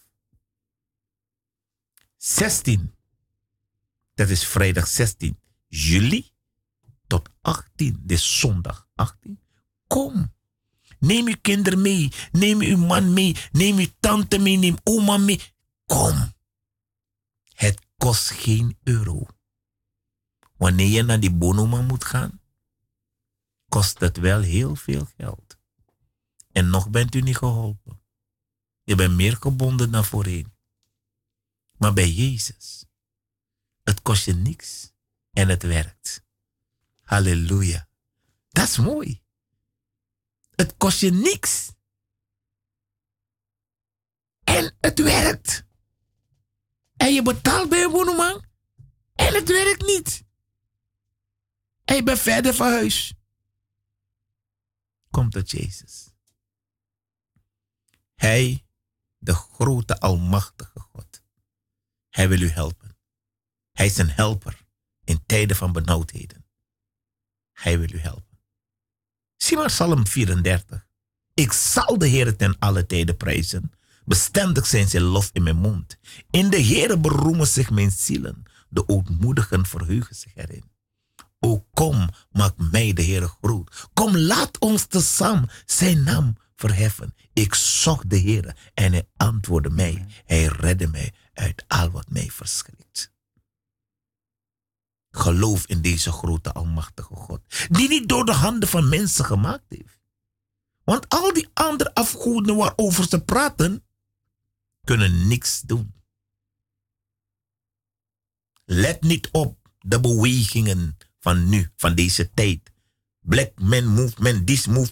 16. Dat is vrijdag 16 juli tot 18. Dit is zondag 18. Kom. Neem uw kinderen mee. Neem uw man mee. Neem uw tante mee. Neem oma mee. Kom. Het kost geen euro. Wanneer je naar die bonoma moet gaan, kost het wel heel veel geld. En nog bent u niet geholpen. Je bent meer gebonden dan voorheen. Maar bij Jezus, het kost je niks. En het werkt. Halleluja. Dat is mooi. Het kost je niks. En het werkt. En je betaalt bij een abonnement. En het werkt niet. En je bent verder van huis. Kom tot Jezus. Hij, de grote almachtige God. Hij wil u helpen. Hij is een helper in tijden van benauwdheden. Hij wil u helpen. Zie maar Psalm 34. Ik zal de Heer ten alle tijden prijzen. Bestendig zijn zijn lof in mijn mond. In de Heere beroemen zich mijn zielen. De ootmoedigen verheugen zich erin. O kom, maak mij de Heere groot. Kom, laat ons tezamen zijn naam verheffen. Ik zocht de Heere en hij antwoordde mij. Hij redde mij uit al wat mij verschrikt. Geloof in deze grote almachtige God. Die niet door de handen van mensen gemaakt heeft. Want al die andere afgoden waarover ze praten, kunnen niks doen. Let niet op de bewegingen van nu, van deze tijd. Black man movement, this movement.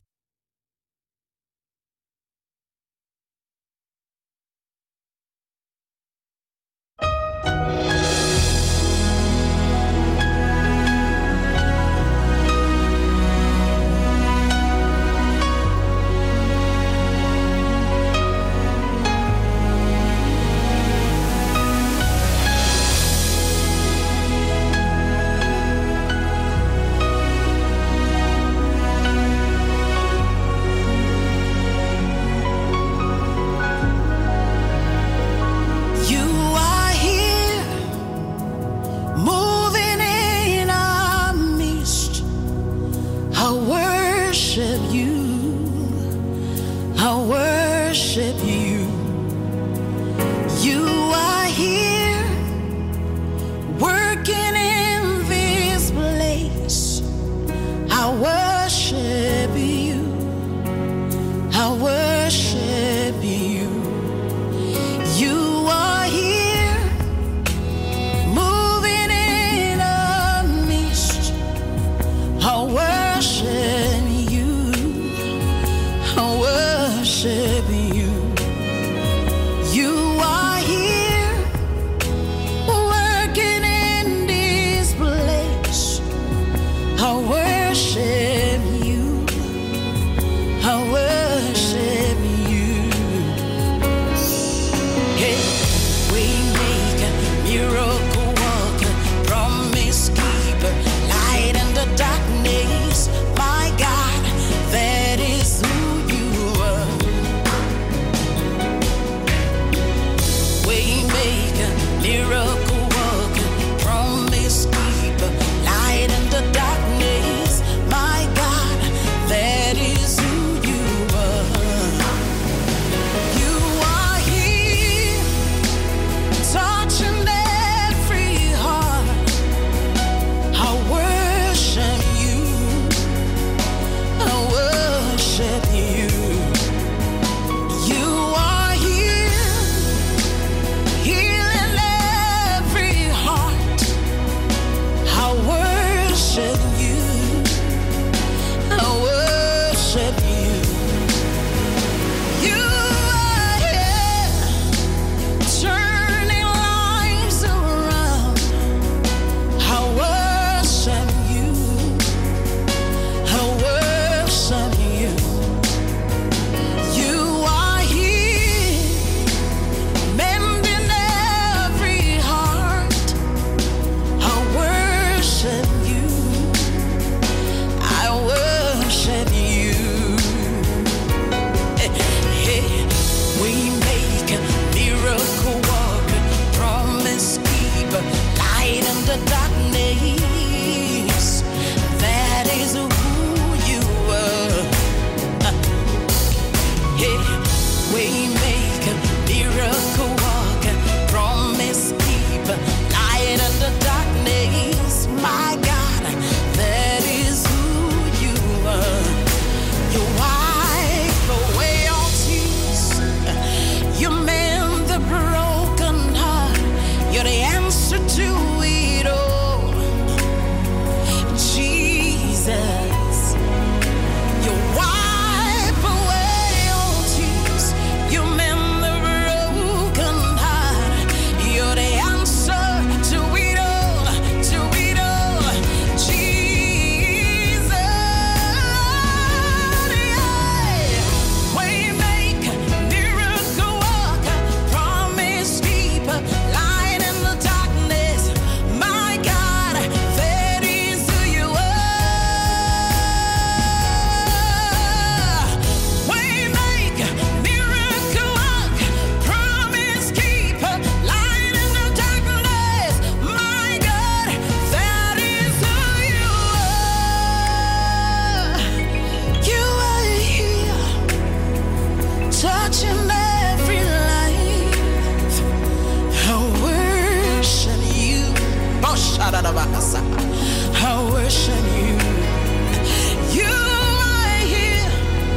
watching every life. I worship you. Oh, shadadabakasa. I worship you. You are here,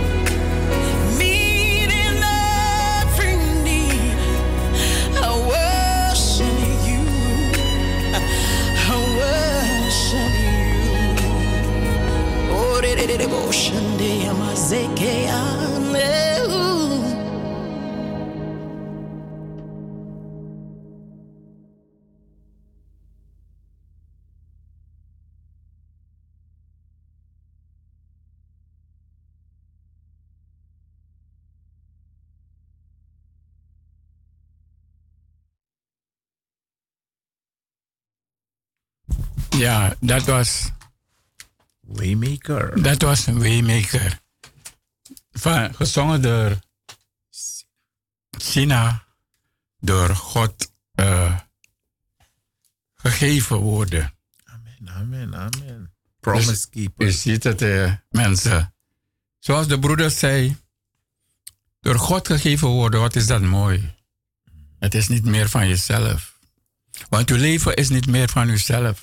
meeting every need. I worship you. I worship you. Oh, devotion, de amazeke ane. Ja, dat was Waymaker. Dat was een Waymaker. Gezongen door Sina, door God gegeven woorden. Amen, amen, amen. Promise Dus, keeper. je ziet het, mensen. Zoals de broeder zei, door God gegeven woorden, wat is dat mooi. Het is niet meer van jezelf. Want uw leven is niet meer van uzelf.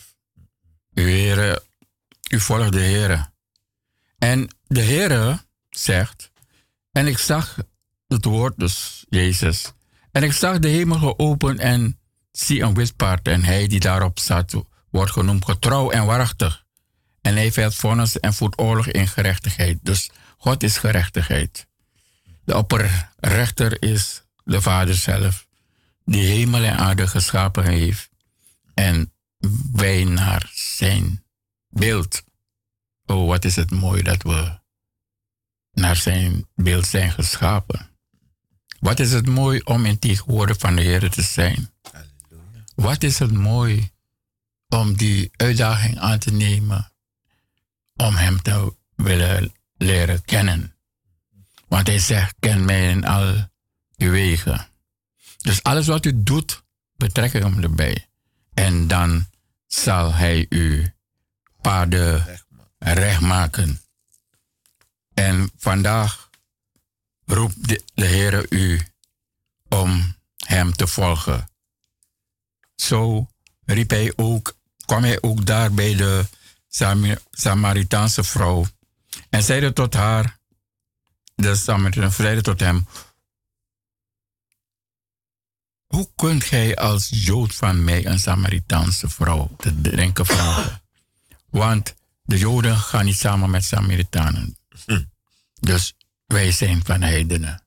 U volgt de Heer. En de Heer zegt, en ik zag het woord, dus Jezus, en ik zag de hemel geopend en zie een witpaard, en hij die daarop zat, wordt genoemd getrouw en waarachtig. En hij velt vonnis en voert oorlog in gerechtigheid. Dus God is gerechtigheid. De opperrechter is de Vader zelf, die hemel en aarde geschapen heeft. En wij naar zijn beeld. Oh, wat is het mooi dat we naar zijn beeld zijn geschapen. Wat is het mooi om in tegenwoordig van de Heer te zijn. Halleluja. Wat is het mooi om die uitdaging aan te nemen. Om hem te willen leren kennen. Want hij zegt, ken mij in al uw wegen. Dus alles wat u doet, betrek hem erbij. En dan zal hij u paden recht maken. En vandaag roept de Heer u om hem te volgen. Zo riep hij ook, kwam hij ook daar bij de Samaritaanse vrouw. En zeide tot haar, de Samaritaanse zeide tot hem, hoe kunt gij als Jood van mij een Samaritaanse vrouw te drinken vragen? Want de Joden gaan niet samen met Samaritanen. Dus wij zijn van heidenen.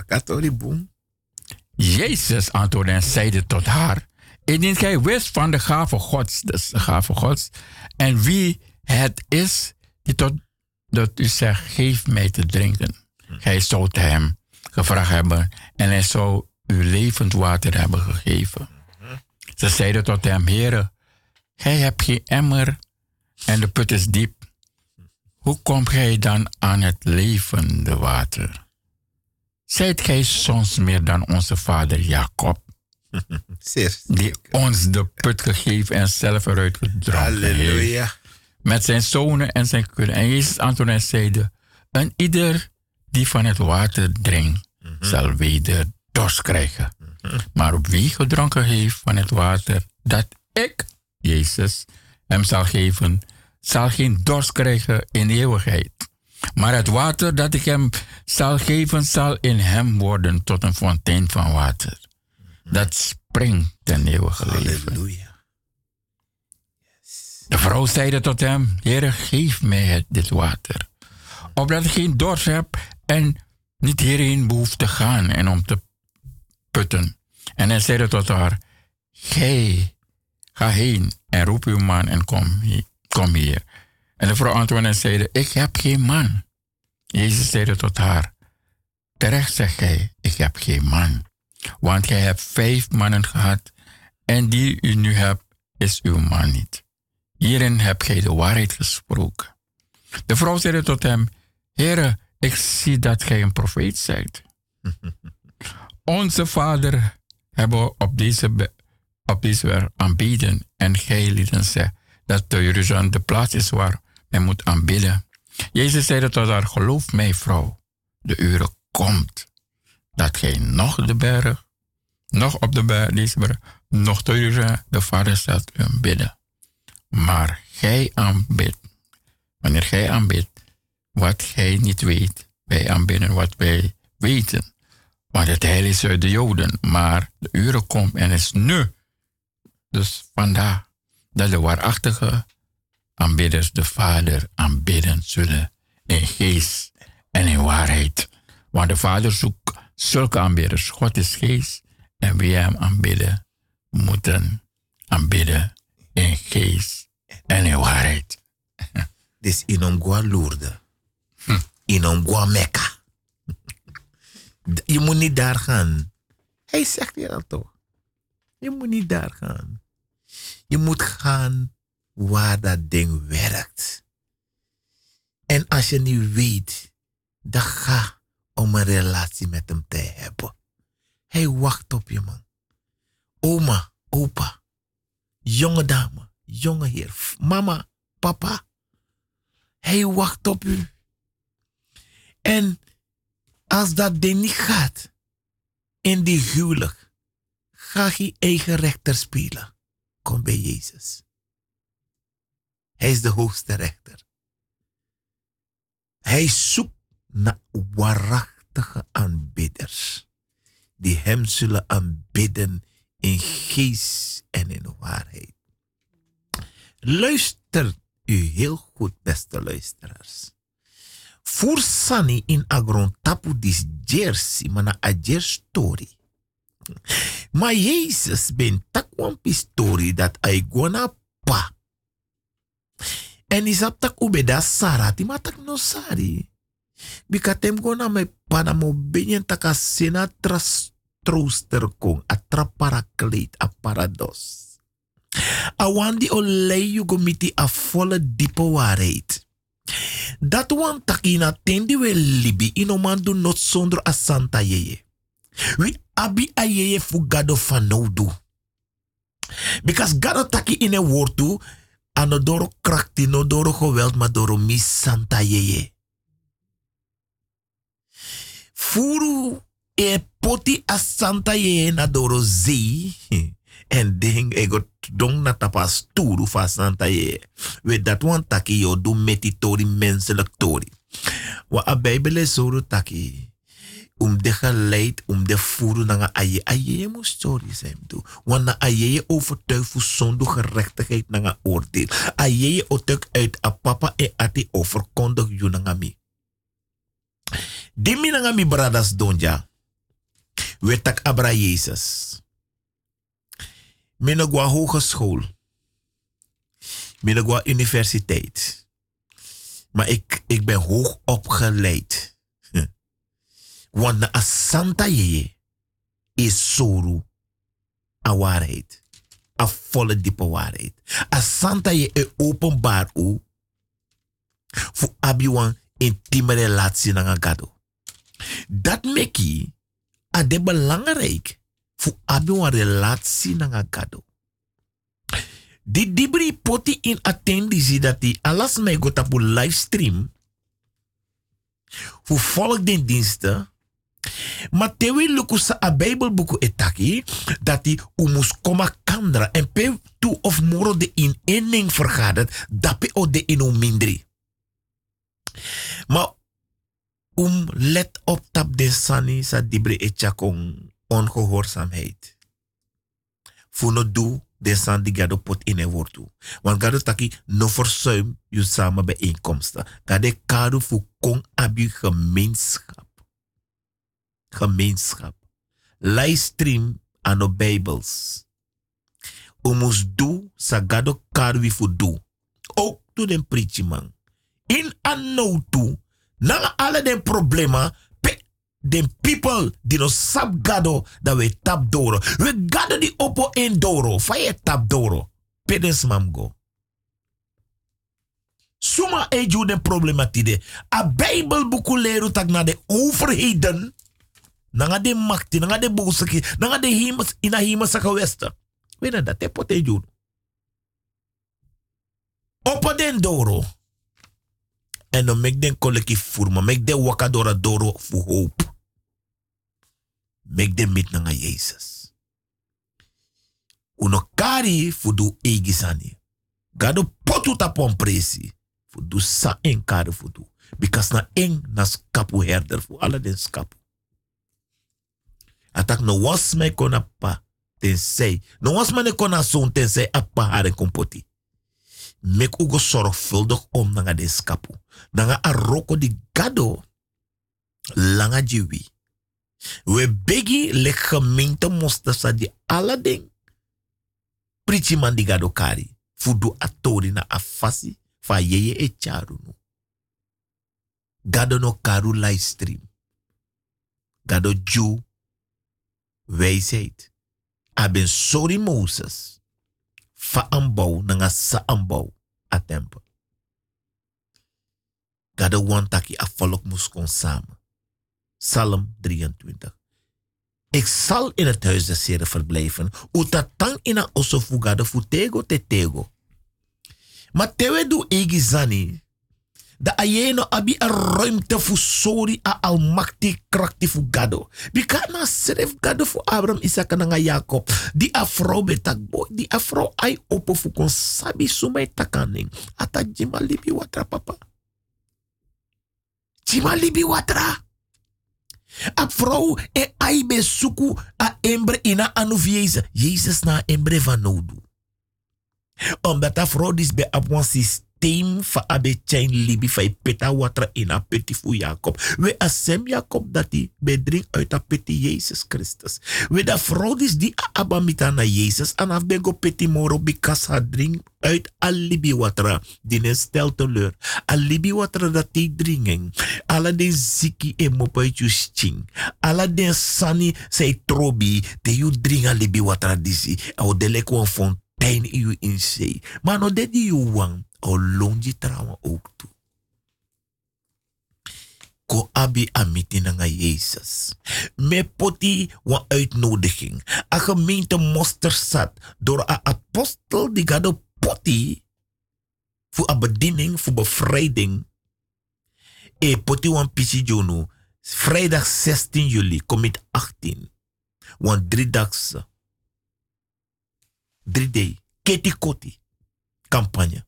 Jezus antwoordde en zeide tot haar, indien gij wist van de gave Gods, dus de gave Gods, en wie het is die tot dat u zegt, geef mij te drinken. Gij zoudt hem gevraagd hebben en hij zou u levend water hebben gegeven. Ze zeiden tot hem, Heere, gij hebt geen emmer en de put is diep. Hoe komt gij dan aan het levende water? Zijt gij soms meer dan onze vader Jacob, die ons de put gegeven en zelf eruit gedronken heeft, met zijn zonen en zijn kudde. En Jezus antwoordde en zeide, en ieder die van het water drinkt, zal weder dorst krijgen. Maar wie gedronken heeft van het water dat ik, Jezus, hem zal geven, zal geen dorst krijgen in eeuwigheid. Maar het water dat ik hem zal geven, zal in hem worden tot een fontein van water. Dat springt ten eeuwige leven. Halleluja. De vrouw zeide tot hem, Heere, geef mij dit water, opdat ik geen dorst heb en niet hierheen behoeft te gaan en om te putten. En hij zeide tot haar, gij, ga heen en roep uw man en kom hier. En de vrouw antwoordde en zeide, ik heb geen man. Jezus zeide tot haar, terecht zegt gij, ik heb geen man. Want gij hebt 5 mannen gehad en die u nu hebt, is uw man niet. Hierin hebt gij de waarheid gesproken. De vrouw zeide tot hem, Heere, ik zie dat gij een profeet zijt. Onze vader hebben op deze aanbieden en gij lieten zeggen dat de Jeruzalem de plaats is waar men moet aanbidden. Jezus zeide tot haar, geloof mij vrouw, de uur komt dat gij nog de berg, nog op de berg, deze berg, nog te Jeruzalem, de Vader stelt u bidden. Maar gij aanbidt, wanneer gij aanbidt, wat gij niet weet, wij aanbidden wat wij weten. Want het heil is uit de Joden, maar de uren komt en is nu. Dus vandaar dat de waarachtige aanbidders de Vader aanbidden zullen in geest en in waarheid. Want de Vader zoekt zulke aanbidders. God is geest en wie hem aanbidden, moeten aanbidden in geest en in waarheid. Dus in Ongwa Lourdes. In Ongwa Mekka. Je moet niet daar gaan. Hij zegt hier al toch. Je moet niet daar gaan. Je moet gaan waar dat ding werkt. En als je niet weet, dan ga om een relatie met hem te hebben. Hij wacht op je, man. Oma, opa, jonge dame, jonge heer, mama, papa. Hij wacht op u. En als dat ding niet gaat, in die huwelijk, ga je eigen rechter spelen. Kom bij Jezus. Hij is de hoogste rechter. Hij zoekt naar waarachtige aanbidders, die hem zullen aanbidden in geest en in waarheid. Luister u heel goed, beste luisteraars. Voor Sani in agron tapu dis jersey, mana a jer story. Maar Jezus ben takwan story dat ay gona pa. En isap tak ubeda sarati matak no sari. Bikatem gona me panamo benyen taka sena tras trooster kong atra parakleed a parados. Awandi olei you gomiti a volle diepe waarheid. Dat wan takina tendi we libi inomandu not zonder a santa yeye. We abi a yeye fu gado fanoudu. Because gado taki in een woord toe, anodoro krakti, no doro geweld, maar doro mis santa yeye. Furu e poti a santa yeye na doro zee. En ding ego dong na tapas turu fa santa ye. We dat wan taki yo do metitori menselijk tori. Wa a Bijbel zoro taki. De geleid, de voeren naar aye. Aye moet story zijn doen. Want na aye overtuigd voor zonder gerechtigheid naar oordeel. Aye otuk uit a papa en ati overkondig you naar mi. Dimi naar mi bradas donja. We tak abra Jezus. Mijn gwa hogeschool. Mijn gwa universiteit. Maar ik ben hoog opgeleid. Want na asanta ye is soru a waarheid. A volle diepe waarheid. Asanta ye e openbaar u. Voor abiwan intieme relatie na gado. Dat meki a de belangrijk. Fu abi wan relatie na gado. Di dibri poti in attendi zi dat die alas mij go tapu livestream. Fu volg den diensten. Maar tewe lukusa a Bijbelboek etaki. Dat die umus koma kandra. En pe tu of moro de in ening vergadert. Dape o de ino mindri. Maar let op tap de sani sa dibri etchakong. Ongehoorzaamheid. Funo do de san die gado pot in een woord toe. Want gado taki no verzuim je samen bijeenkomsten. Gade kado fu kong abi gemeenschap. Gemeenschap. Livestream aan de Bijbels. Umus do sa gado kado wi fu do. Ook to den preaching man. In an no toe. Na alle den problema. Den people die no sap gado dat we tap doro. We gado die opo en doro. Faye tap doro. Pedens mamgo. Suma eju den problematide. A Bijbel boeku leru tak na de overheden. Nanga de makti, nanga de boosaki, nanga de himas, ina himas sa westen. Weet je dat? Te pot eju. Opo den doro. En dan mek den collectief voerman. Mek den wakadora doro voor hoop. Mek dem mit nanga Jezus. Uno kari fudu egisani. Gado potu tapon presi. Fudu sa en kari fudu. Because na eng na skapu herder fu alle den skapu. Atak no was me kona pa tensei. No was me kona zoon tensei appa haren kompoti. Mek ugo zorgvuldig om nanga den skapu. Nanga aroko di gado langa jiwi. We begi le gemeente mosta sa di alading. Prichi man di gado kari. Fudu atori na afasi fa yeye e charunu. Gado no karu livestream. Gado ju wijsheid. Aben sorry Moses. Fa ambau nanga sa ambau a tempel. Gado wantaki a volk muskon samen. Psalm 23. Ik zal in het huis des Heren verblijven. Utatang ina osofu gado futego te tego. Maar tewe du egi zani. Da ayeno abi a ruimte fu sori a almakti krakti fu gado. Bika na seref gado fu Abraham, Isaac en Jacob. Die afro betak boy. Die afro ai opo fu kon sabi sumai takaning. Ata jima libi watra papa. Jima libi watra. A vrouw e ai be suku a embre ina anu Jezus. Jezus na embre van nodu. Omdat a vrouw dis be op een systeem fa abe chain libi fa peta water in a peti fu Jacob. We asem Jacob dat die bedring uit a peti Jezus Christus. We da vrouw dis die abamita na Jezus en af bego peti moro bikas ha drink uit a libi water. Die stel teleur. A libi water dat die dringen. Alla den ziki e mopa you ching. Alla den sani say trobi. Te you drink a libi water disi. Au delek wan fontein you in say. Maar no dedi you wang. Au longi trauma ook toe. Ko abi amiti nanga Jezus. Me poti wan uitnodiging. A gemeente mostersat door a apostel die gado poti. Voor a bediening, voor bevrijding. E poti wan pisi jonu. Vrijdag 16 juli, commit 18. Wan 3 dags. 3 day. Keti koti. Campagne.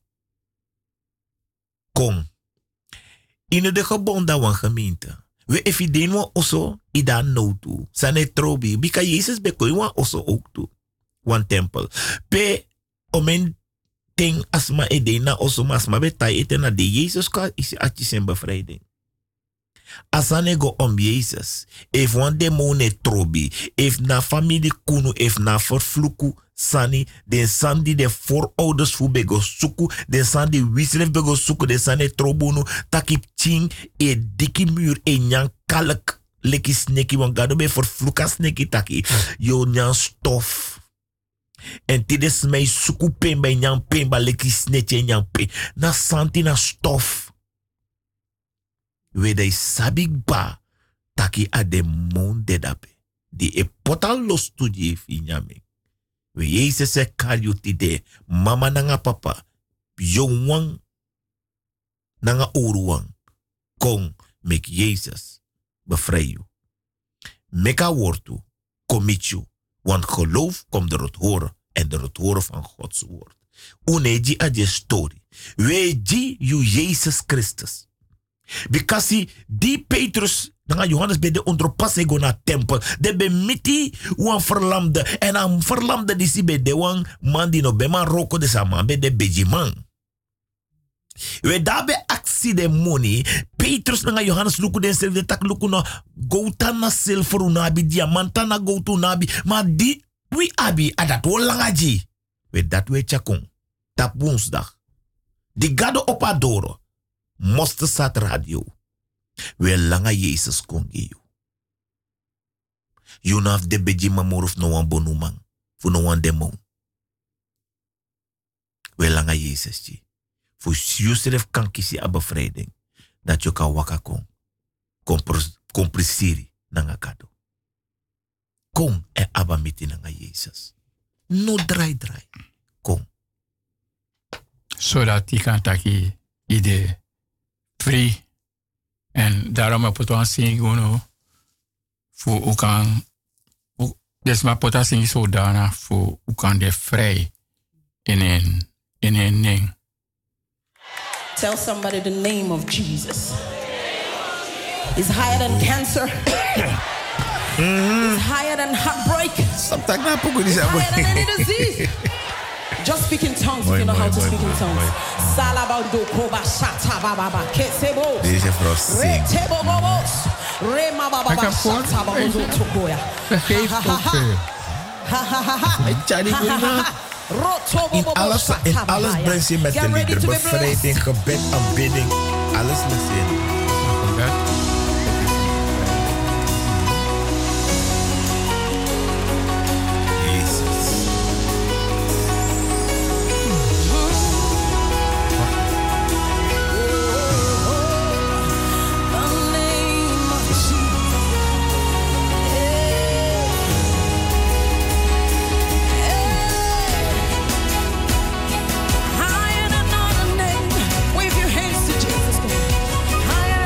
Kom. In de gebonda wan gemeente. We evideen wan oso ida no tu. Sane trobi. Bika Jezus bekoi wan oso ook tu. Wan tempel. Pe omen ting asma edena oso masma betai etena de Jezus ka isi ati zijn bevrijding. Asane go om Jezus. If wan demone trobi. If na familie kunu. If na vervloeku. Sani, den san die de voorouders fu bego suku, den san die wisselef bego suku, den san e trobunu, takip ching, e diki muur, e nyang kalk, leki sneki, wan gado be vervloeka sneki taki, yo nyang stof. En tides mei suku pen bij nyang pen, ba leki snetje nyang pen, na santi na stof. We de sabik ba, taki a de mon dedape, di e potal lo studie fi nyame. We Jezus se kalyutide, mama nanga papa, jongwang nanga oruwang, kon mek Jezus bevrij u. Meka wortu, commit you, want geloof komt door het horen en door het horen van Gods woord. Uneji a je story. We ji you Jezus Christus. Because die Petrus nanga Johannes bij de onderpasse go na tempel. De be miti wan verlamde. En aan verlamde die si bij de wan man die no be man roko de sa man bij de bejiman. We daarbij actie de money. Petrus nanga Johannes luku den sel de tak luku no gouta na silver unabi diamanta na goutu nabi. Maar die we abi adat wo langaji. We dat we chakon. Tap woensdag. Die gado op adoro. Moste sat radio. We langa Jezus kon geyu. You naf de beji mamor of no wan bonumang. Fu no wan demon. We langa Jezus ji. Fu Yusuf kan kisi a bevrijding. Dat je kan waka kon. Comprisiri nanga kado. Kom e abamiti nanga Jezus. No dry. Kom. Zodat die kan taki ide free. En daarom heb ik het aan zien voor ook aan Dus maar potassing is zodanig voor hoe kan de vrij in een ding. Tell somebody the name of Jesus. It's higher than cancer. It's higher than heartbreak. It's higher than any disease. Just speak in tongues if you know how to speak in tongues. Salabando koba shata baba kesebo. Deze vrouw zingt. Rema baba shata baba tokoya. Vergeef ook veel. In alles brengt je met de lieder. Bevrijding, gebed, aanbidding. Alles met zin. Higher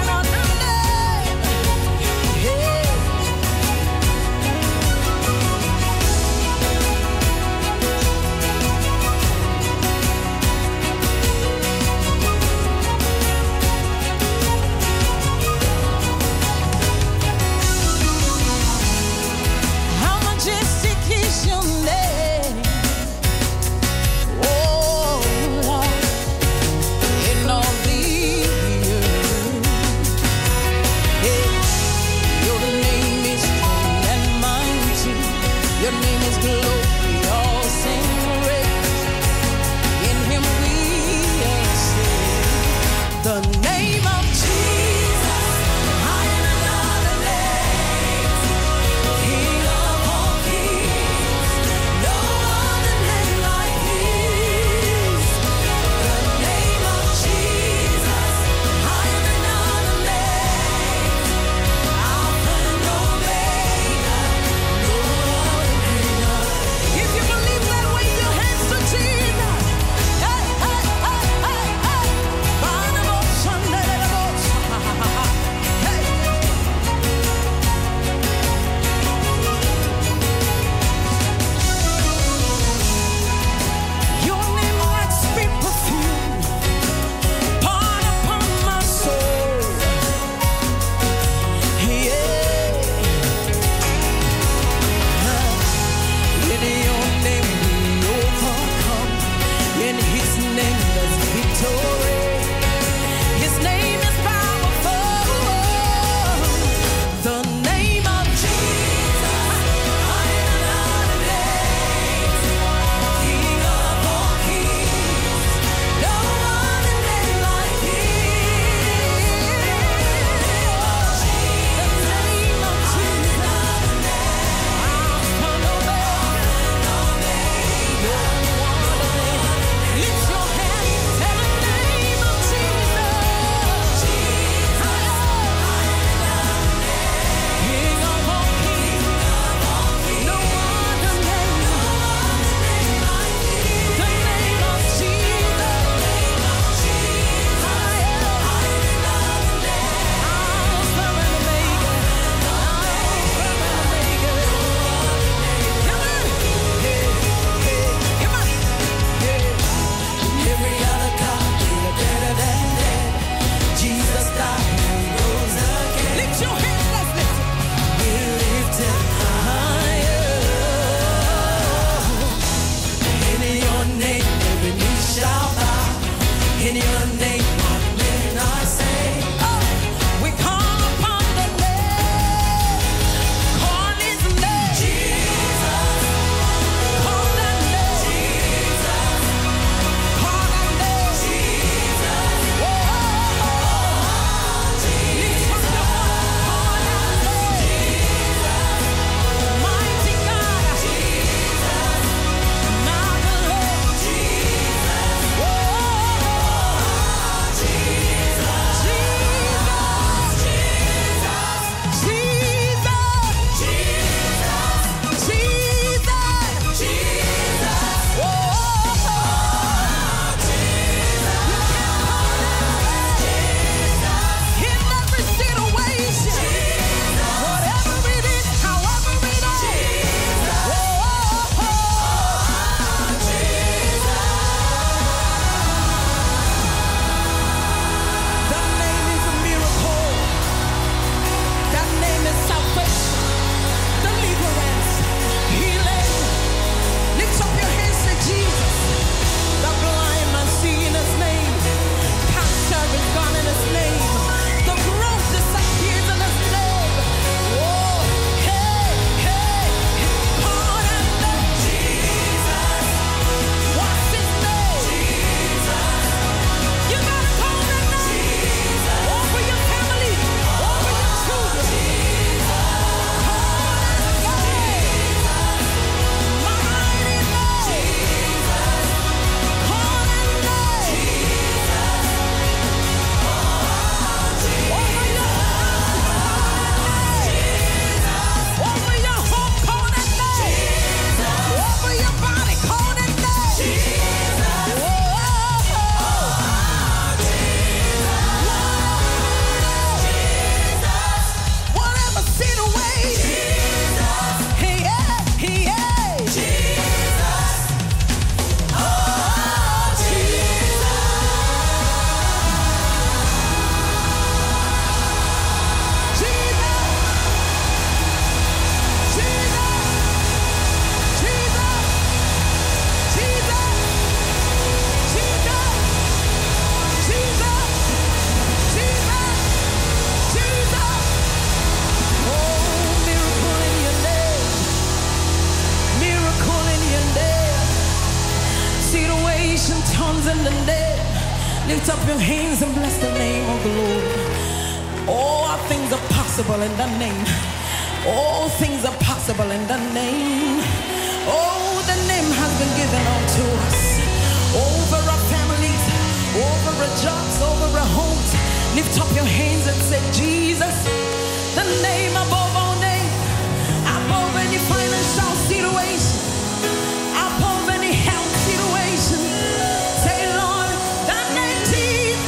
tongues in the name. Lift up your hands and bless the name of the Lord. All things are possible in the name. All things are possible in the name. Oh, the name has been given unto us. Over our families, over our jobs, over our homes. Lift up your hands and say, Jesus, the name above all names, above any financial situation, above any health situation. Say, Lord, the name Jesus.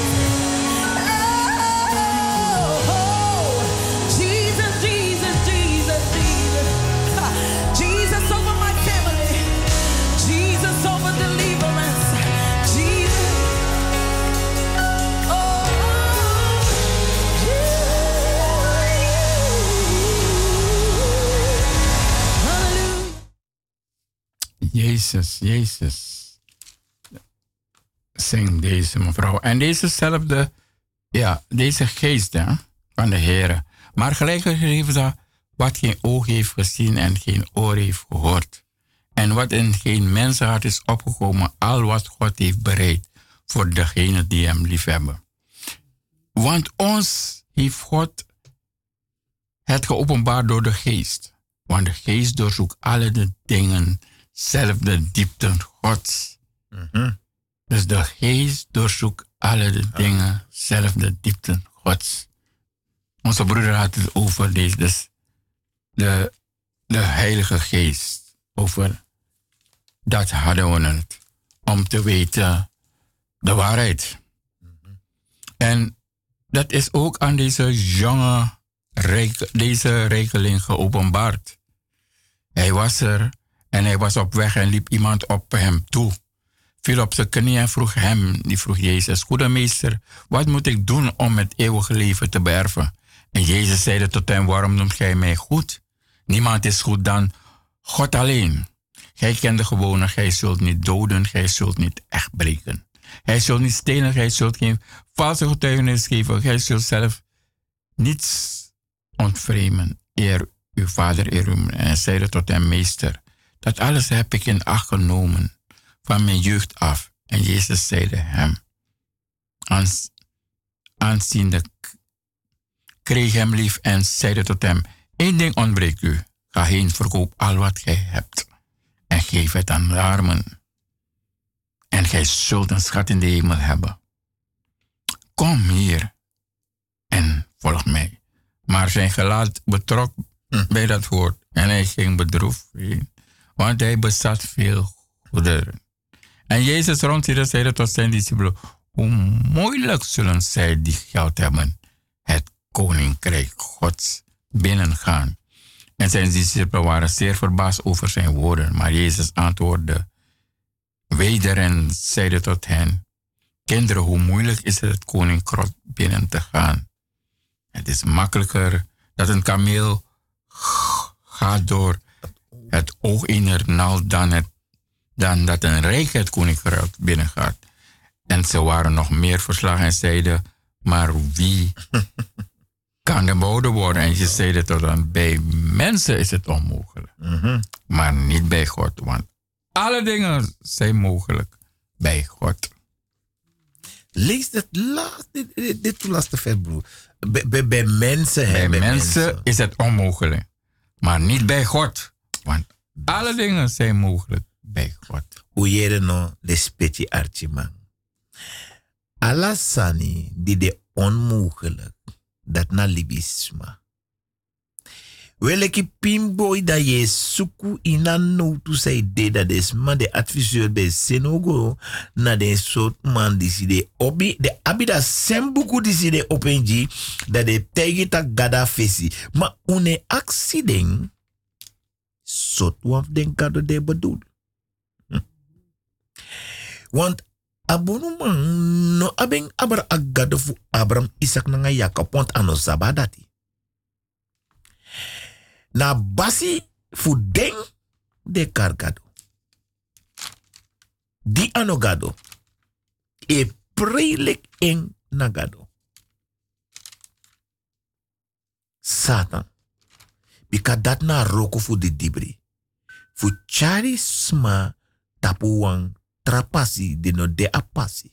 Oh, Jesus, Jesus, Jesus, Jesus. Jesus over my family. Jesus over deliverance. Jesus. Oh, hallelujah. Jezus, Jezus. Zing deze mevrouw. En dezezelfde, ja, deze geest hè, van de Heer. Maar gelijk gegeven dat wat geen oog heeft gezien en geen oor heeft gehoord. En wat in geen mensenhart is opgekomen, al wat God heeft bereid voor degenen die hem liefhebben. Want ons heeft God het geopenbaard door de geest. Want de geest doorzoekt alle de dingen, zelfs de diepten Gods. Dus de geest doorzoekt alle de dingen, zelfs de diepten Gods. Onze broeder had het over deze, dus de Heilige Geest. Over dat hadden we het. Om te weten de waarheid. En dat is ook aan deze jonge, deze rijkeling geopenbaard. Hij was er en hij was op weg en liep iemand op hem toe. Viel op zijn knieën en vroeg Jezus, goede meester, wat moet ik doen om het eeuwige leven te beërven? En Jezus zeide tot hem, waarom noemt gij mij goed? Niemand is goed dan God alleen. Gij kent de gewone, gij zult niet doden, gij zult niet echt breken. Gij zult niet stelen, gij zult geen valse getuigenis geven, gij zult zelf niets ontvreemden, eer uw vader eer u. En hij zeide tot hem, meester, dat alles heb ik in acht genomen van mijn jeugd af. En Jezus zeide hem, aanziende, kreeg hem lief en zeide tot hem, één ding ontbreekt u, ga heen, verkoop al wat gij hebt en geef het aan de armen. En gij zult een schat in de hemel hebben. Kom hier en volg mij. Maar zijn gelaat betrok bij dat woord en hij ging bedroefd heen, want hij bezat veel goederen. En Jezus rondziende zeide tot zijn discipelen, hoe moeilijk zullen zij die geld hebben het koninkrijk Gods binnengaan. En zijn discipelen waren zeer verbaasd over zijn woorden. Maar Jezus antwoordde weder en zeide tot hen, kinderen, hoe moeilijk is het koninkrijk binnen te gaan? Het is makkelijker dat een kameel gaat door het oog eener naald dan dat een rijk het koninkrijk binnengaat. En ze waren nog meer verslagen en zeiden, maar wie kan er behouden worden? En je zeide tot dan, bij mensen is het onmogelijk. Maar niet bij God, want alle dingen zijn mogelijk bij God. Lees dat dit laatste vers, broer. Bij mensen. Bij mensen is het onmogelijk, maar niet bij God. Want alle dingen zijn mogelijk bij God. Ouyere no de specie archimang. Alasani die de onmogelijk. Dat na libisma. Welke pimboy dat je suku ina no to say de dat is man de adviseur bij Senogo na de soort man die si de obi de abida sembuku die si de openji dat de tegeta gada fesi maar une accident soort waf den kado de bedoel. Want abonnement no abeng abra agado fu Abraham Isaac nanga Jacob want ano sabadati. Na basi fu deng de cargado. Di anogado. E preilik en nagado. Satan. Bika dat na roko fu de dibri. Fu chari sma tapu wang trapasi, de no de apasi.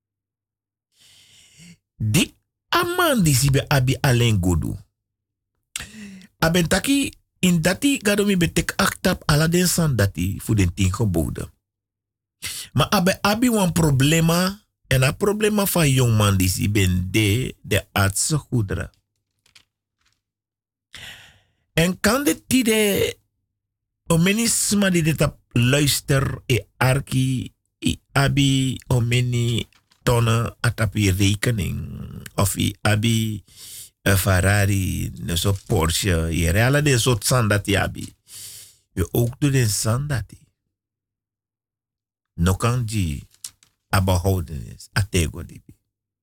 Di amandi sibe abi alleen godu. Abentaki in dati gado mi betek aktap ala den san dati fu den 10 geboden. Maar abi wan problema en a problema van jongman die si ben de artsen goederen. En kan de tide omeni sma die dit op luister e arki e abi omeni tonnen atapi rekening of i abi Ferrari, so Porsche, je reala de soort sandati abi. Je ook doet een sandati. No kan ji abahoudenis atego dibi.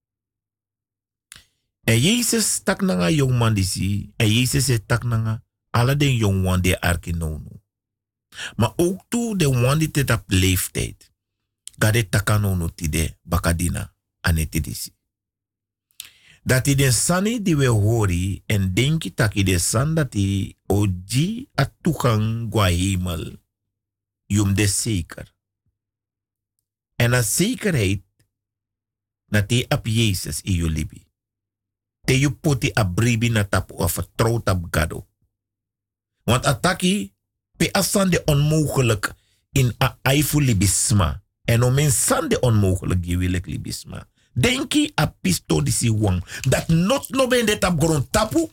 En Jezus tak nanga jongman disi, en Jezus is tak nanga alle den jongman die arki nono. Maar ook toe de wan die tet op leeftijd. Gade takanono tide bakadina anetidisi. Dat i den sani die we hori en denki taki de san dat i oji atukan gwa hemel. Yum de zeker. En a zekerheid dat i ap Jezus i yu libi. Te yu poti a bribi na tapu of vertrouwd op gado. Want ataki pe asan de onmogelijk in a aifu libisma. En om een san de onmogelijk gewillig libisma. Denki a pisto disi wang. Dat not no ben det ap grond tapu.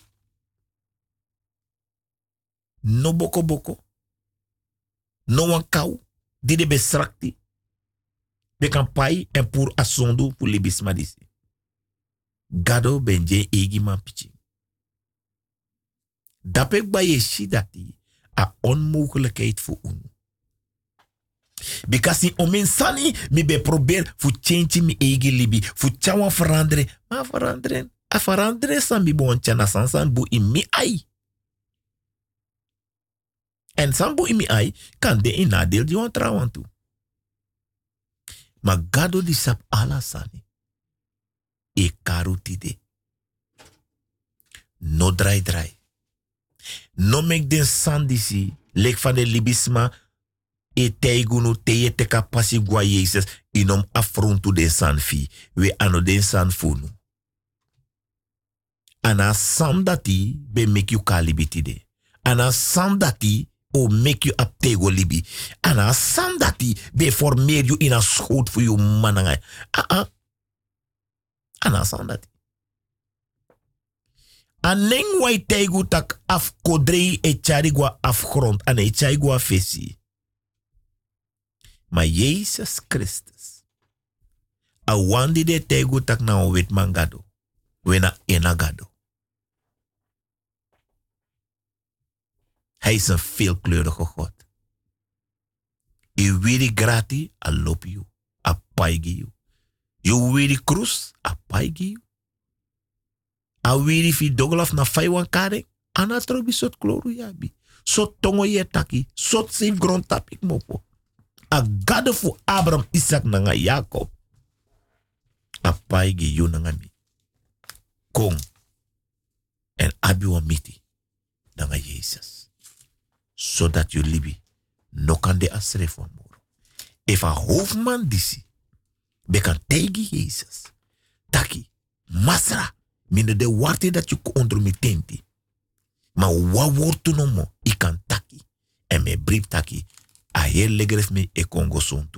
No boko boko. No wan kou. Di de besrakti. Be kan pai en pour asondu pour libisma disi. Gado benje egi man pichi. Dapek ba ye shidati a onmogelijkheid voor unu. Because in omen sani mi be probeer fu change mi egi libi. Fu chawan veranderen. Maar veranderen. A veranderen san mi bon chana san bu in mi ai. En san bu in mi ai kan de in nadeel die wan trouwan toe. Maar gado di sap ala sani. E karu tide. No drai. No mek den san disi. Lek van de libisma. E teigunu teye teka pasi gwa Jezus inom afrontu den san fi. We ano den san funu. Ana san dati be make you kalibiti de. Ana san dati o make you aptego libi. Ana san dati be formeer you in a schoot voor you manangay. Ana san dati. Aneng wai teigu tak af kodrei e charigwa afgrond. Ane e charigwa fesi. Maar Jezus Christus. A wandi de teigu tak na wit mangado. Wena enagado. Hij is een veelkleurige God. Je wiri grati, a lopi you, a paigi you. Je wiri krus, a paigi you. A wiri fi doglaf na faiwan kare, ana trobi sot kloru yabi. Sot tongo ye taki, sot sif grond tapik mopo. A gade fu Abraham, Isaac nanga Jacob. A paigi you nanga mi. Kong. En abi wa miti. Nanga Jezus. Zodat you libi no kan de asre van moro. If a hoofdman disi bekan tegi Jezus. Taki, masra, mine de warte dat you onder mi tenti. Ma wa wortu no mo, I kan taki. En me brief taki, a heel legref me e kongo sontu.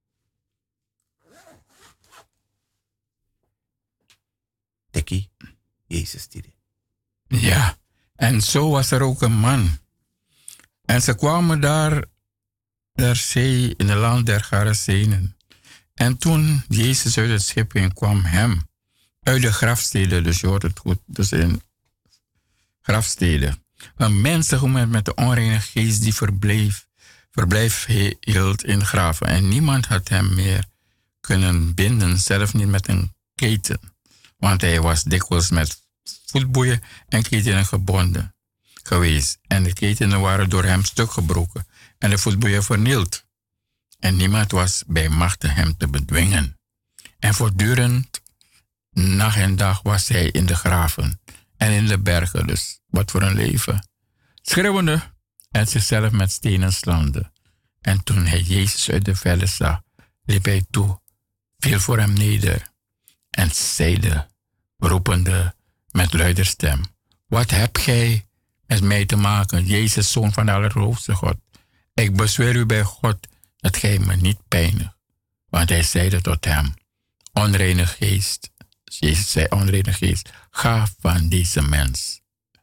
Teki, Jezus tide. Ja, en zo was er ook een man. En ze kwamen daar der zee, in het land der Garazenen. En toen Jezus uit het schip heen kwam hem, uit de grafsteden, dus je hoort het goed, dus in grafsteden. Een menselijk moment met de onreine geest die verblijf hield in graven. En niemand had hem meer kunnen binden, zelf niet met een keten. Want hij was dikwijls met voetboeien en ketenen gebonden geweest. En de ketenen waren door hem stuk gebroken en de voetboeien vernield. En niemand was bij machte hem te bedwingen. En voortdurend, nacht en dag, was hij in de graven en in de bergen. Dus wat voor een leven. Schreeuwende en zichzelf met stenen slaande. En toen hij Jezus uit de velle zag, liep hij toe, viel voor hem neder en zeide, roepende met luider stem, wat heb gij met mij te maken, Jezus, Zoon van de Allerhoogste God? Ik bezweer u bij God dat gij me niet pijnigt. Want hij zeide tot hem, onreine geest, Jezus zei, onreine geest, ga van deze mens.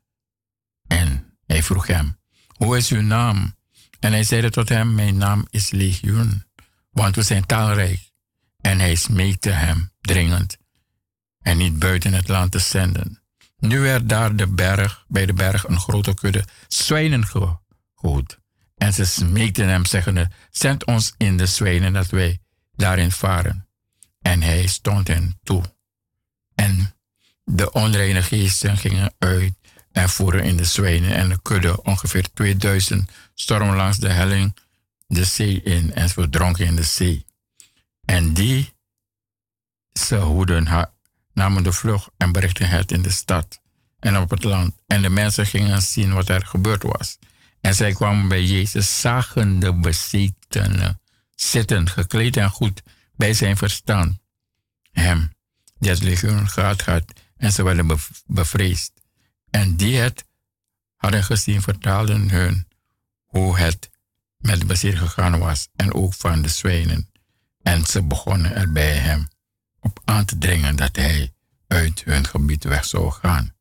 En hij vroeg hem, hoe is uw naam? En hij zeide tot hem, mijn naam is Legioen, want we zijn talrijk. En hij smeekte hem dringend en niet buiten het land te zenden. Nu werd daar bij de berg een grote kudde zwijnen gehoord. En ze smeekten hem, zeggende, zend ons in de zwijnen dat wij daarin varen. En hij stond hen toe. En de onreine geesten gingen uit en voeren in de zwijnen. En de kudde, ongeveer 2000, stormden langs de helling de zee in en verdronken in de zee. En die ze hoeden namen de vlucht en berichtten het in de stad en op het land. En de mensen gingen zien wat er gebeurd was. En zij kwamen bij Jezus, zagen de bezetenen zitten, gekleed en goed, bij zijn verstand. Hem, die het legioen gehad had, en ze werden bevreesd. En die het hadden gezien, vertaalden hun hoe het met de bezet gegaan was, en ook van de zwijnen. En ze begonnen er bij hem op aan te dringen dat hij uit hun gebied weg zou gaan.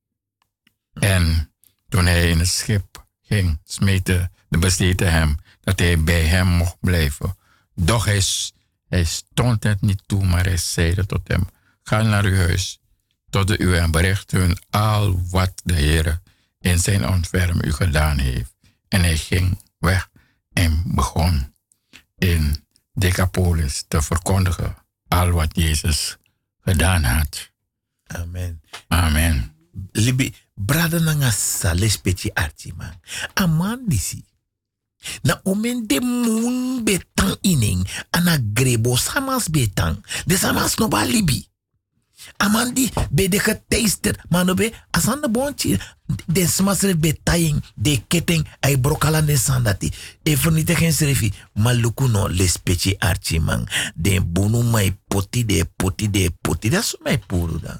En toen hij in het schip ging, smeekte de bezeten hem dat hij bij hem mocht blijven. Doch hij stond het niet toe, maar hij zeide tot hem, ga naar uw huis, tot de uwe en bericht hun al wat de Heer in zijn ontferm u gedaan heeft. En hij ging weg en begon in Decapolis te verkondigen al wat Jezus gedaan had. Amen. Amen. Libi, brada nanga sales peti arti man. Aman disi. Na omen de moon betang ining, ana grebo samas betang. De samas no ba libi. Amandi be de geteister, mano be asan de bonchi. De smasre betaying, de ketting, ay brokalan de sandati. Even niet geen srefi, maluku no les peti arti man. De bonu mai poti de poti de poti. Dat is mijn puru dan.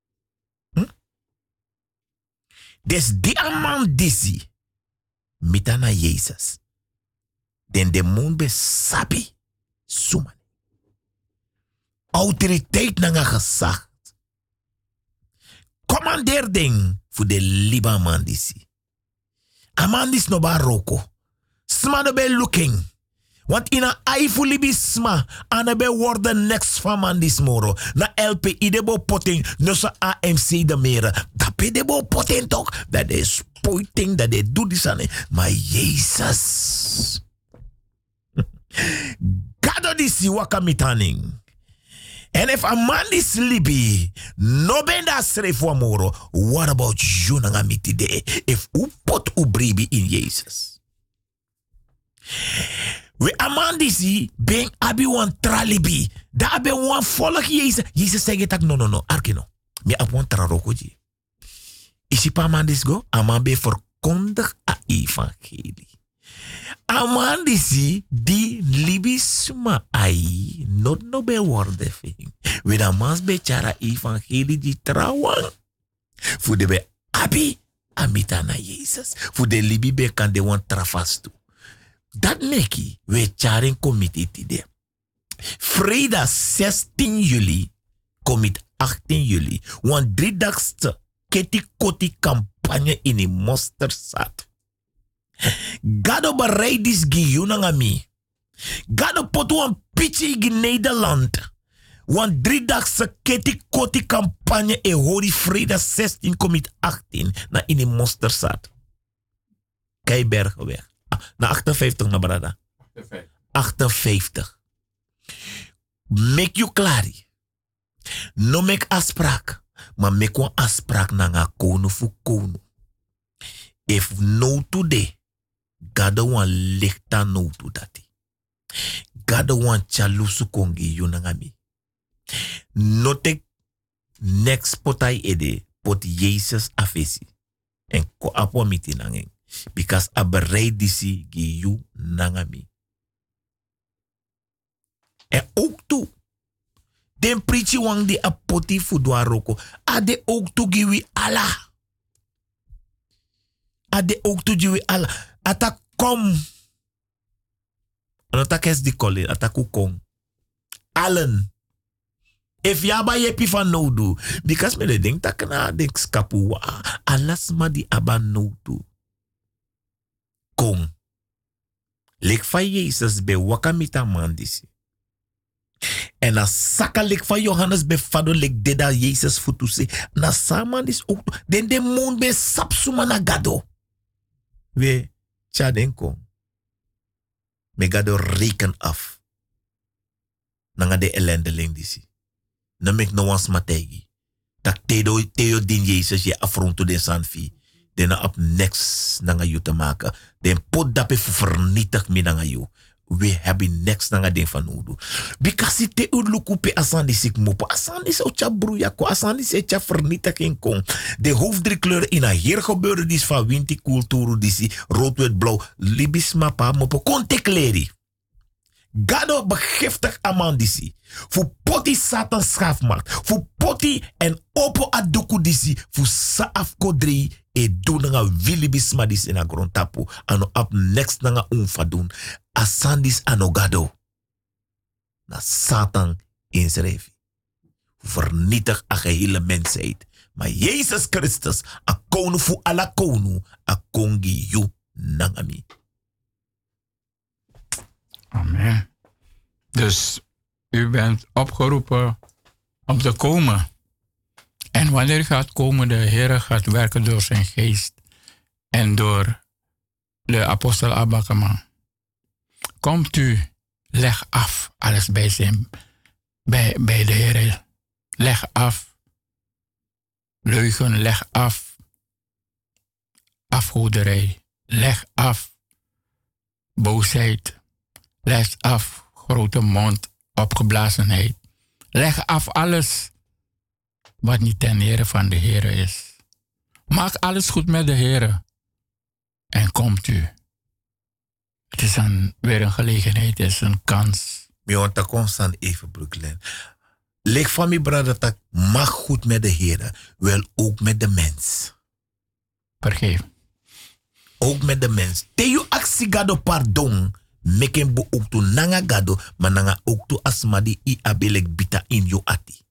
Des die aman disi, mitana Jezus. Den de moon be sabi, suman. Autoriteit nanga gezag. Commander ding voor de liba man disi. Amandis no ba roko. Sma no be looking. Want in a aifu libi sma, ane be worden next van man dis moro. Na LP idebo potting, no so AMC de mere. Dat be debo potting toch. Dat is poiting, dat de doet dis ane. Maar Jezus. Gado disi wakamitaning. En if a man is libi, no benda schreef voor moro. What about you nanga mitide? If u pot u bribi in Jezus. We amandisi ben abi wan tralibi. Da abi wan volg Jezus. Jezus zegt tak no. Arkino. Me ab wan trarokoji. Isi pa amandis go. Amambe verkondig a evangelie. Amandisi di libisma ai. Not no be worde fing. We da mans be chara evangelie di trouwen. Fu de be abi amita na Jezus. Fu de libi be kan de wan trafastu. Dat meki we charing committee tide. Vrijdag 16 juli, commit 18 juli. Want 3 dagste keti koti campagne in die Mosterzat. Gado bereid is giyunangami. Gado potu een pitje in Nederland. Want 3 dagse keti koti campagne e hori vrijdag 16 commit 18 na in die Mosterzat. Keibergenweg. Na 58 na brada. 58. Make you klari. No make afspraak. Maar make one afspraak na nga kono fu kono. If no today, gado wan lichta no to dati. Gado wan chalusu kongi yunangami. No tek next potai ede pot Jezus afesi. En ko apo miti nangeng. Because a bereid disi gi you nangami. En ook toe. Den preachi wang di apoti fudwa roko. Ade ook toe giwi Allah. Ade ook toe giwi Allah. Ata kom. Ata kes di kole. Ata kukong. Allen. If yaba yepi van nodu. Because me de denk takana denk skapu. Alas ma di aba nodu. Kong. Lek van Jezus bij wakamita mandisi. En na saka lek van Johannes bij fado lek deda Jezus futuse. Na samandis ook. Den de moon bij sapsuma na gado. We chaden kong. Me gado reken af. Nanga de ellendeling disi. Na mek no wans mategi. Dat teo din Jezus je afronto de sanfi. Den op next nanga you te maken. Den pot dape vernietig me nanga you. We hebben next nanga den van udu. Because te udluku pe asandi sik mopo. Asandi se ocha broeia asandi se ocha vernietiging kon. De hoofddriekleuren in een heer gebeuren die is van winti cultuur die rood, wit, blauw. Libis mapa mopo. Kontekleri. Gado begiftig amandisi. Fu poti satan schaafmarkt. Fu poti en opo adoku disi. Fu saaf kodri. E do nanga wilibisma dis in a grondtapu. Ano up next nanga unfadun. Asandis anogado. Na satan inschreef. Vernietig a gehele mensheid. Maar Jezus Christus. A konu fu ala konu. A kongi yu nangami. Amen. Dus u bent opgeroepen om te komen. En wanneer u gaat komen, de Heer gaat werken door zijn geest. En door de apostel Abakama. Komt u, leg af alles bij de Heer. Leg af. Leugen, leg af. Afgoderij. Leg af. Boosheid. Leg af grote mond, opgeblazenheid. Leg af alles wat niet ten ere van de Heer is. Maak alles goed met de Heer. En komt u. Het is weer een gelegenheid, het is een kans. Mi want te constant even Brooklyn. Leg van mijn brother dat mag goed met de Heer, wel ook met de mens. Vergeef. Ook met de mens. Teo actie gado pardon. Meken bo ook to nanga gado, maar nanga ook to asmadi I abelek bita in yo ati.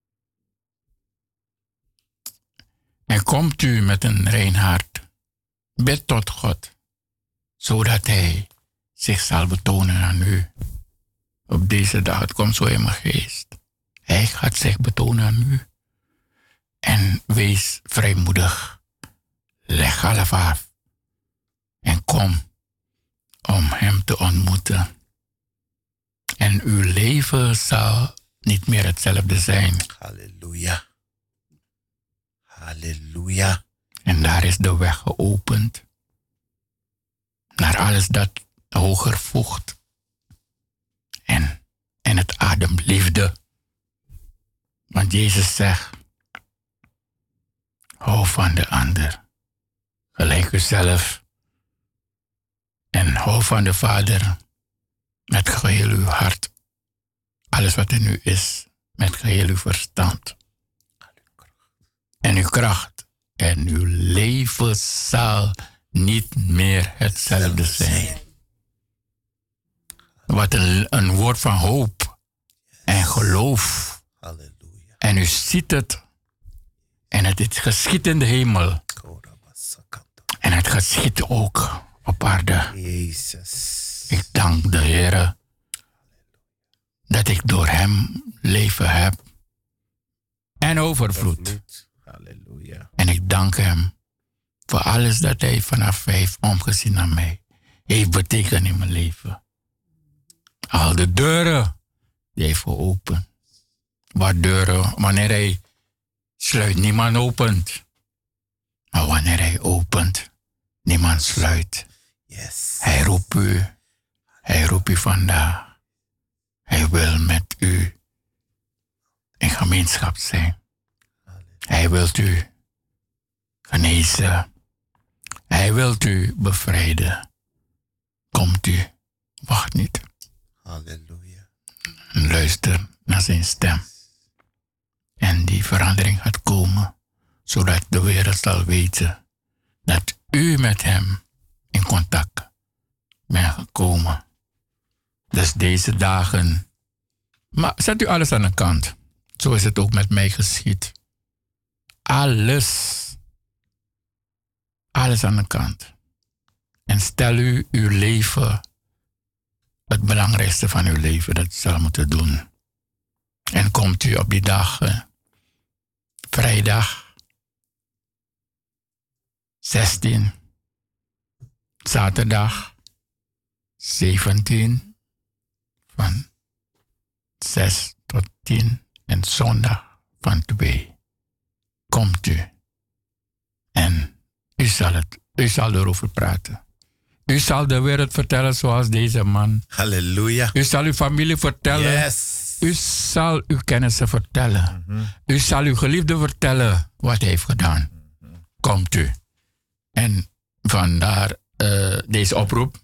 En komt u met een rein hart. Bid tot God, zodat Hij zich zal betonen aan u. Op deze dag, het komt zo in mijn geest. Hij gaat zich betonen aan u. En wees vrijmoedig. Leg alles af. En kom om hem te ontmoeten. En uw leven zal niet meer hetzelfde zijn. Halleluja. Halleluja. En daar is de weg geopend. Naar alles dat hoger voegt. En het ademt liefde. Want Jezus zegt, hou van de ander. Gelijk uzelf. En hou van de Vader met geheel uw hart. Alles wat in u is, met geheel uw verstand. En uw kracht. En uw leven zal niet meer hetzelfde zijn. Wat een woord van hoop en geloof. Halleluja. En u ziet het. En het is geschied in de hemel. En het geschiet ook op aarde. Jezus. Ik dank de Heer dat ik door hem leven heb. En overvloed. Halleluja. En ik dank hem voor alles dat hij vanaf hij heeft omgezien naar mij. Heeft betekend in mijn leven. Al de deuren die hij geopend. Wat deuren, wanneer hij sluit, niemand opent. Maar wanneer hij opent, niemand sluit. Yes. Hij roept u. Hij roept u vandaag. Hij wil met u in gemeenschap zijn. Hij wil u genezen. Hij wil u bevrijden. Komt u. Wacht niet. Halleluja. En luister naar zijn stem. En die verandering gaat komen, zodat de wereld zal weten dat u met hem in contact bent gekomen. Dus deze dagen. Maar zet u alles aan de kant. Zo is het ook met mij geschied. Alles aan de kant. En stel u uw leven, het belangrijkste van uw leven, dat u zal moeten doen. En komt u op die dag, vrijdag 16, zaterdag 17, van 6 tot 10 en zondag van 2. Komt u. En u zal erover praten. U zal de wereld vertellen zoals deze man. Halleluja. U zal uw familie vertellen. Yes. U zal uw kennissen vertellen. U zal uw geliefde vertellen wat hij heeft gedaan. Komt u. En vandaar deze oproep.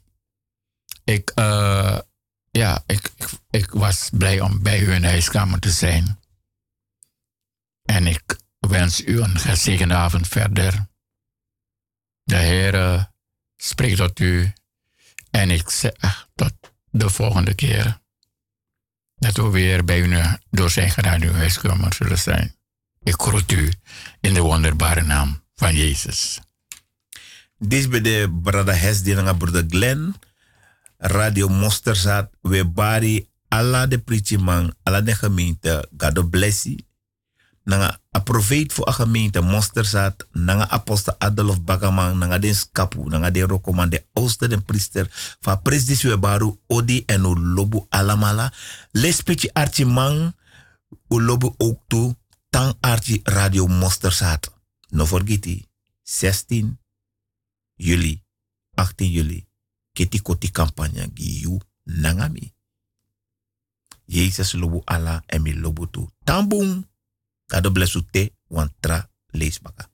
Ik was blij om bij u in de huiskamer te zijn. En ik wens u een gezegende avond verder. De Heer spreekt tot u. En ik zeg tot de volgende keer dat we weer bij u door zijn genade uw huiskamer zullen zijn. Ik groet u in de wonderbare naam van Jezus. Dit bij de brada Hesdi en broeder Glenn. Radio Mosterzaad. We bari alla de preaching alla de gemeente. God bless you. Nanga a profeet voor a gemeente Mosterzaad. Nanga apostel Adolf Bagaman. Nanga den skapu. Nanga den recommande ooster den priester. Van presdis we baru odi en u lobu alamala. Lespechi archi man. U lobu ook toe. Tang archi Radio Mosterzaad. No forget 16 juli, 18 juli. Keti koti campagne giyu nangami. Jezus lobu ala en mi lobu tu. Tambung. Kado blessu te wantra leesbaka.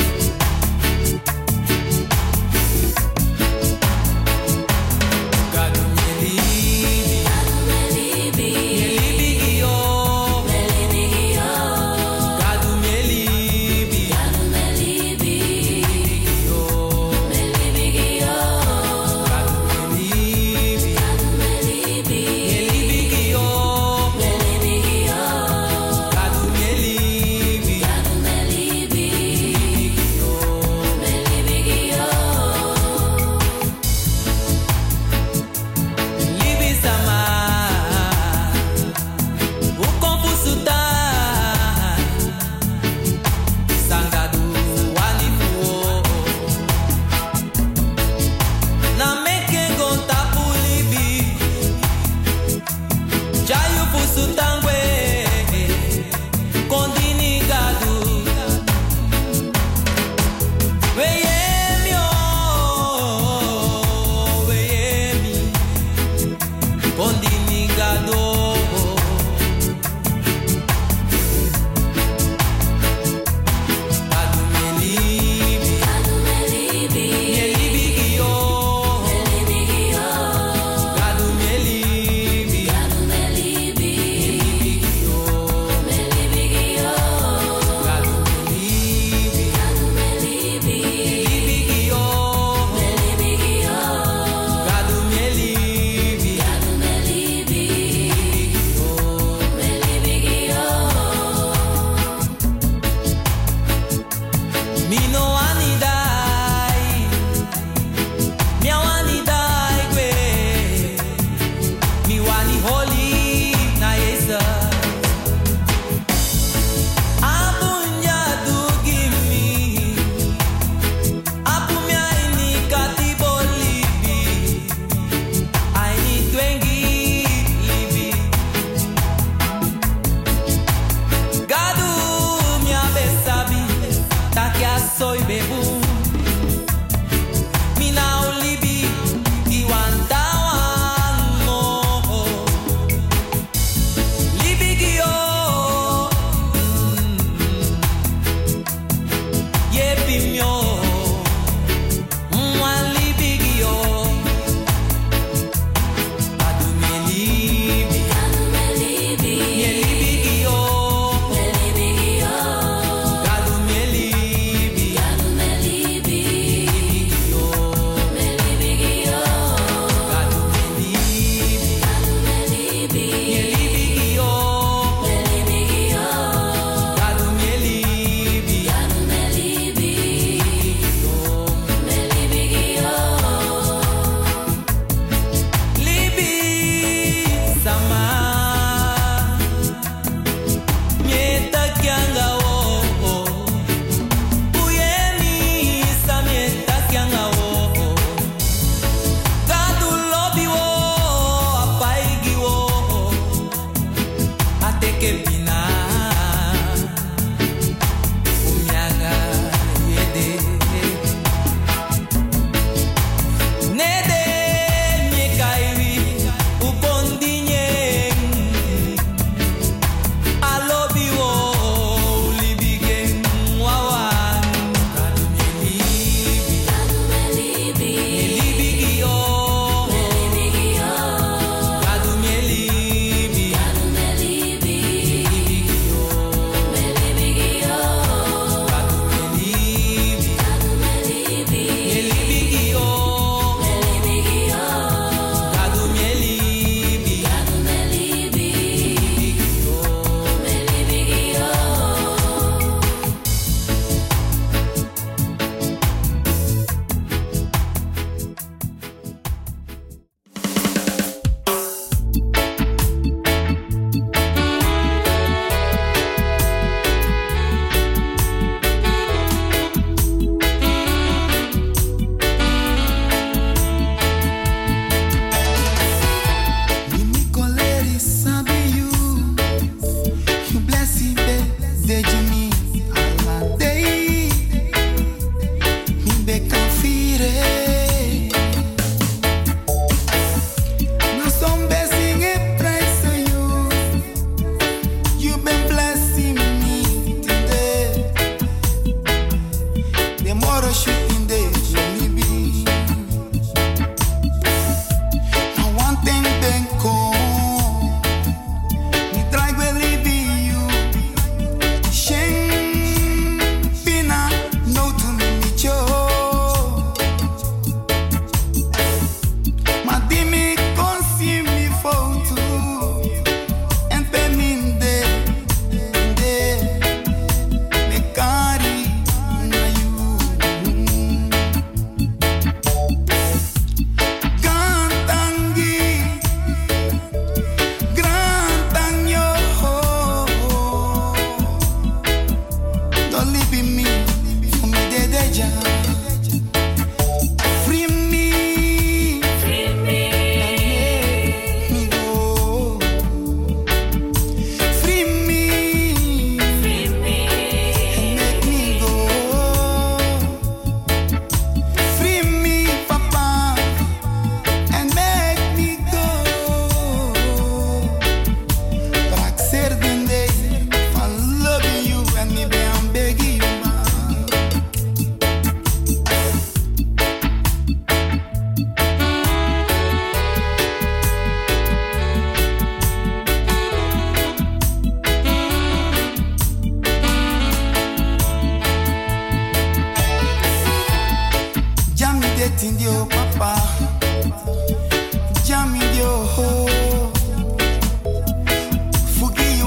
God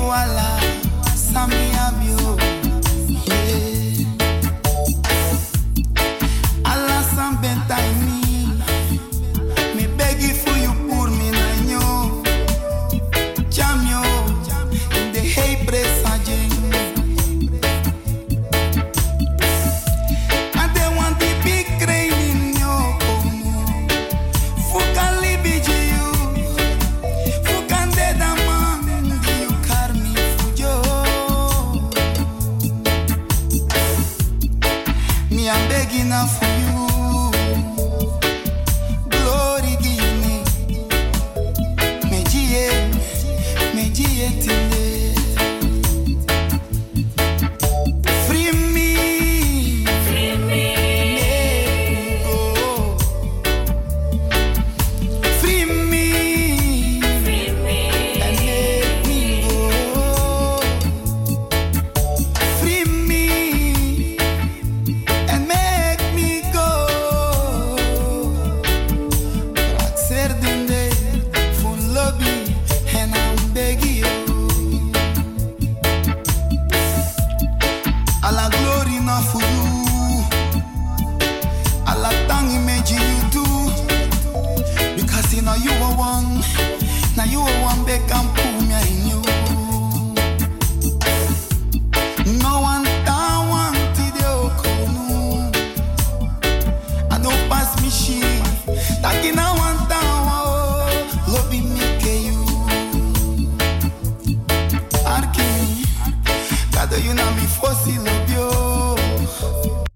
wala sami abio. Yeah. Allah sam bentai me beg you for you pour me na nyo. Jamio in the hey presa jeng. I don't want the big rain in your home. Fuka libiji you. Fuka ndeda man you karmi fujo. Me I'm begging now for you. Glory give me. Mejie tinde. Free me. Make me go. Free me. And make me go. Free me. And make me go. Raxer dinde. Full lobby. And I'm begging you. Alla glory now for you. Alla thank image you do. Because you know you are one. Now you are one big and pull me in you. No one down one to the okonu. I don't pass me she. Taki na one down. Lobby make you. Arki. Kado you na mi fosi lobio.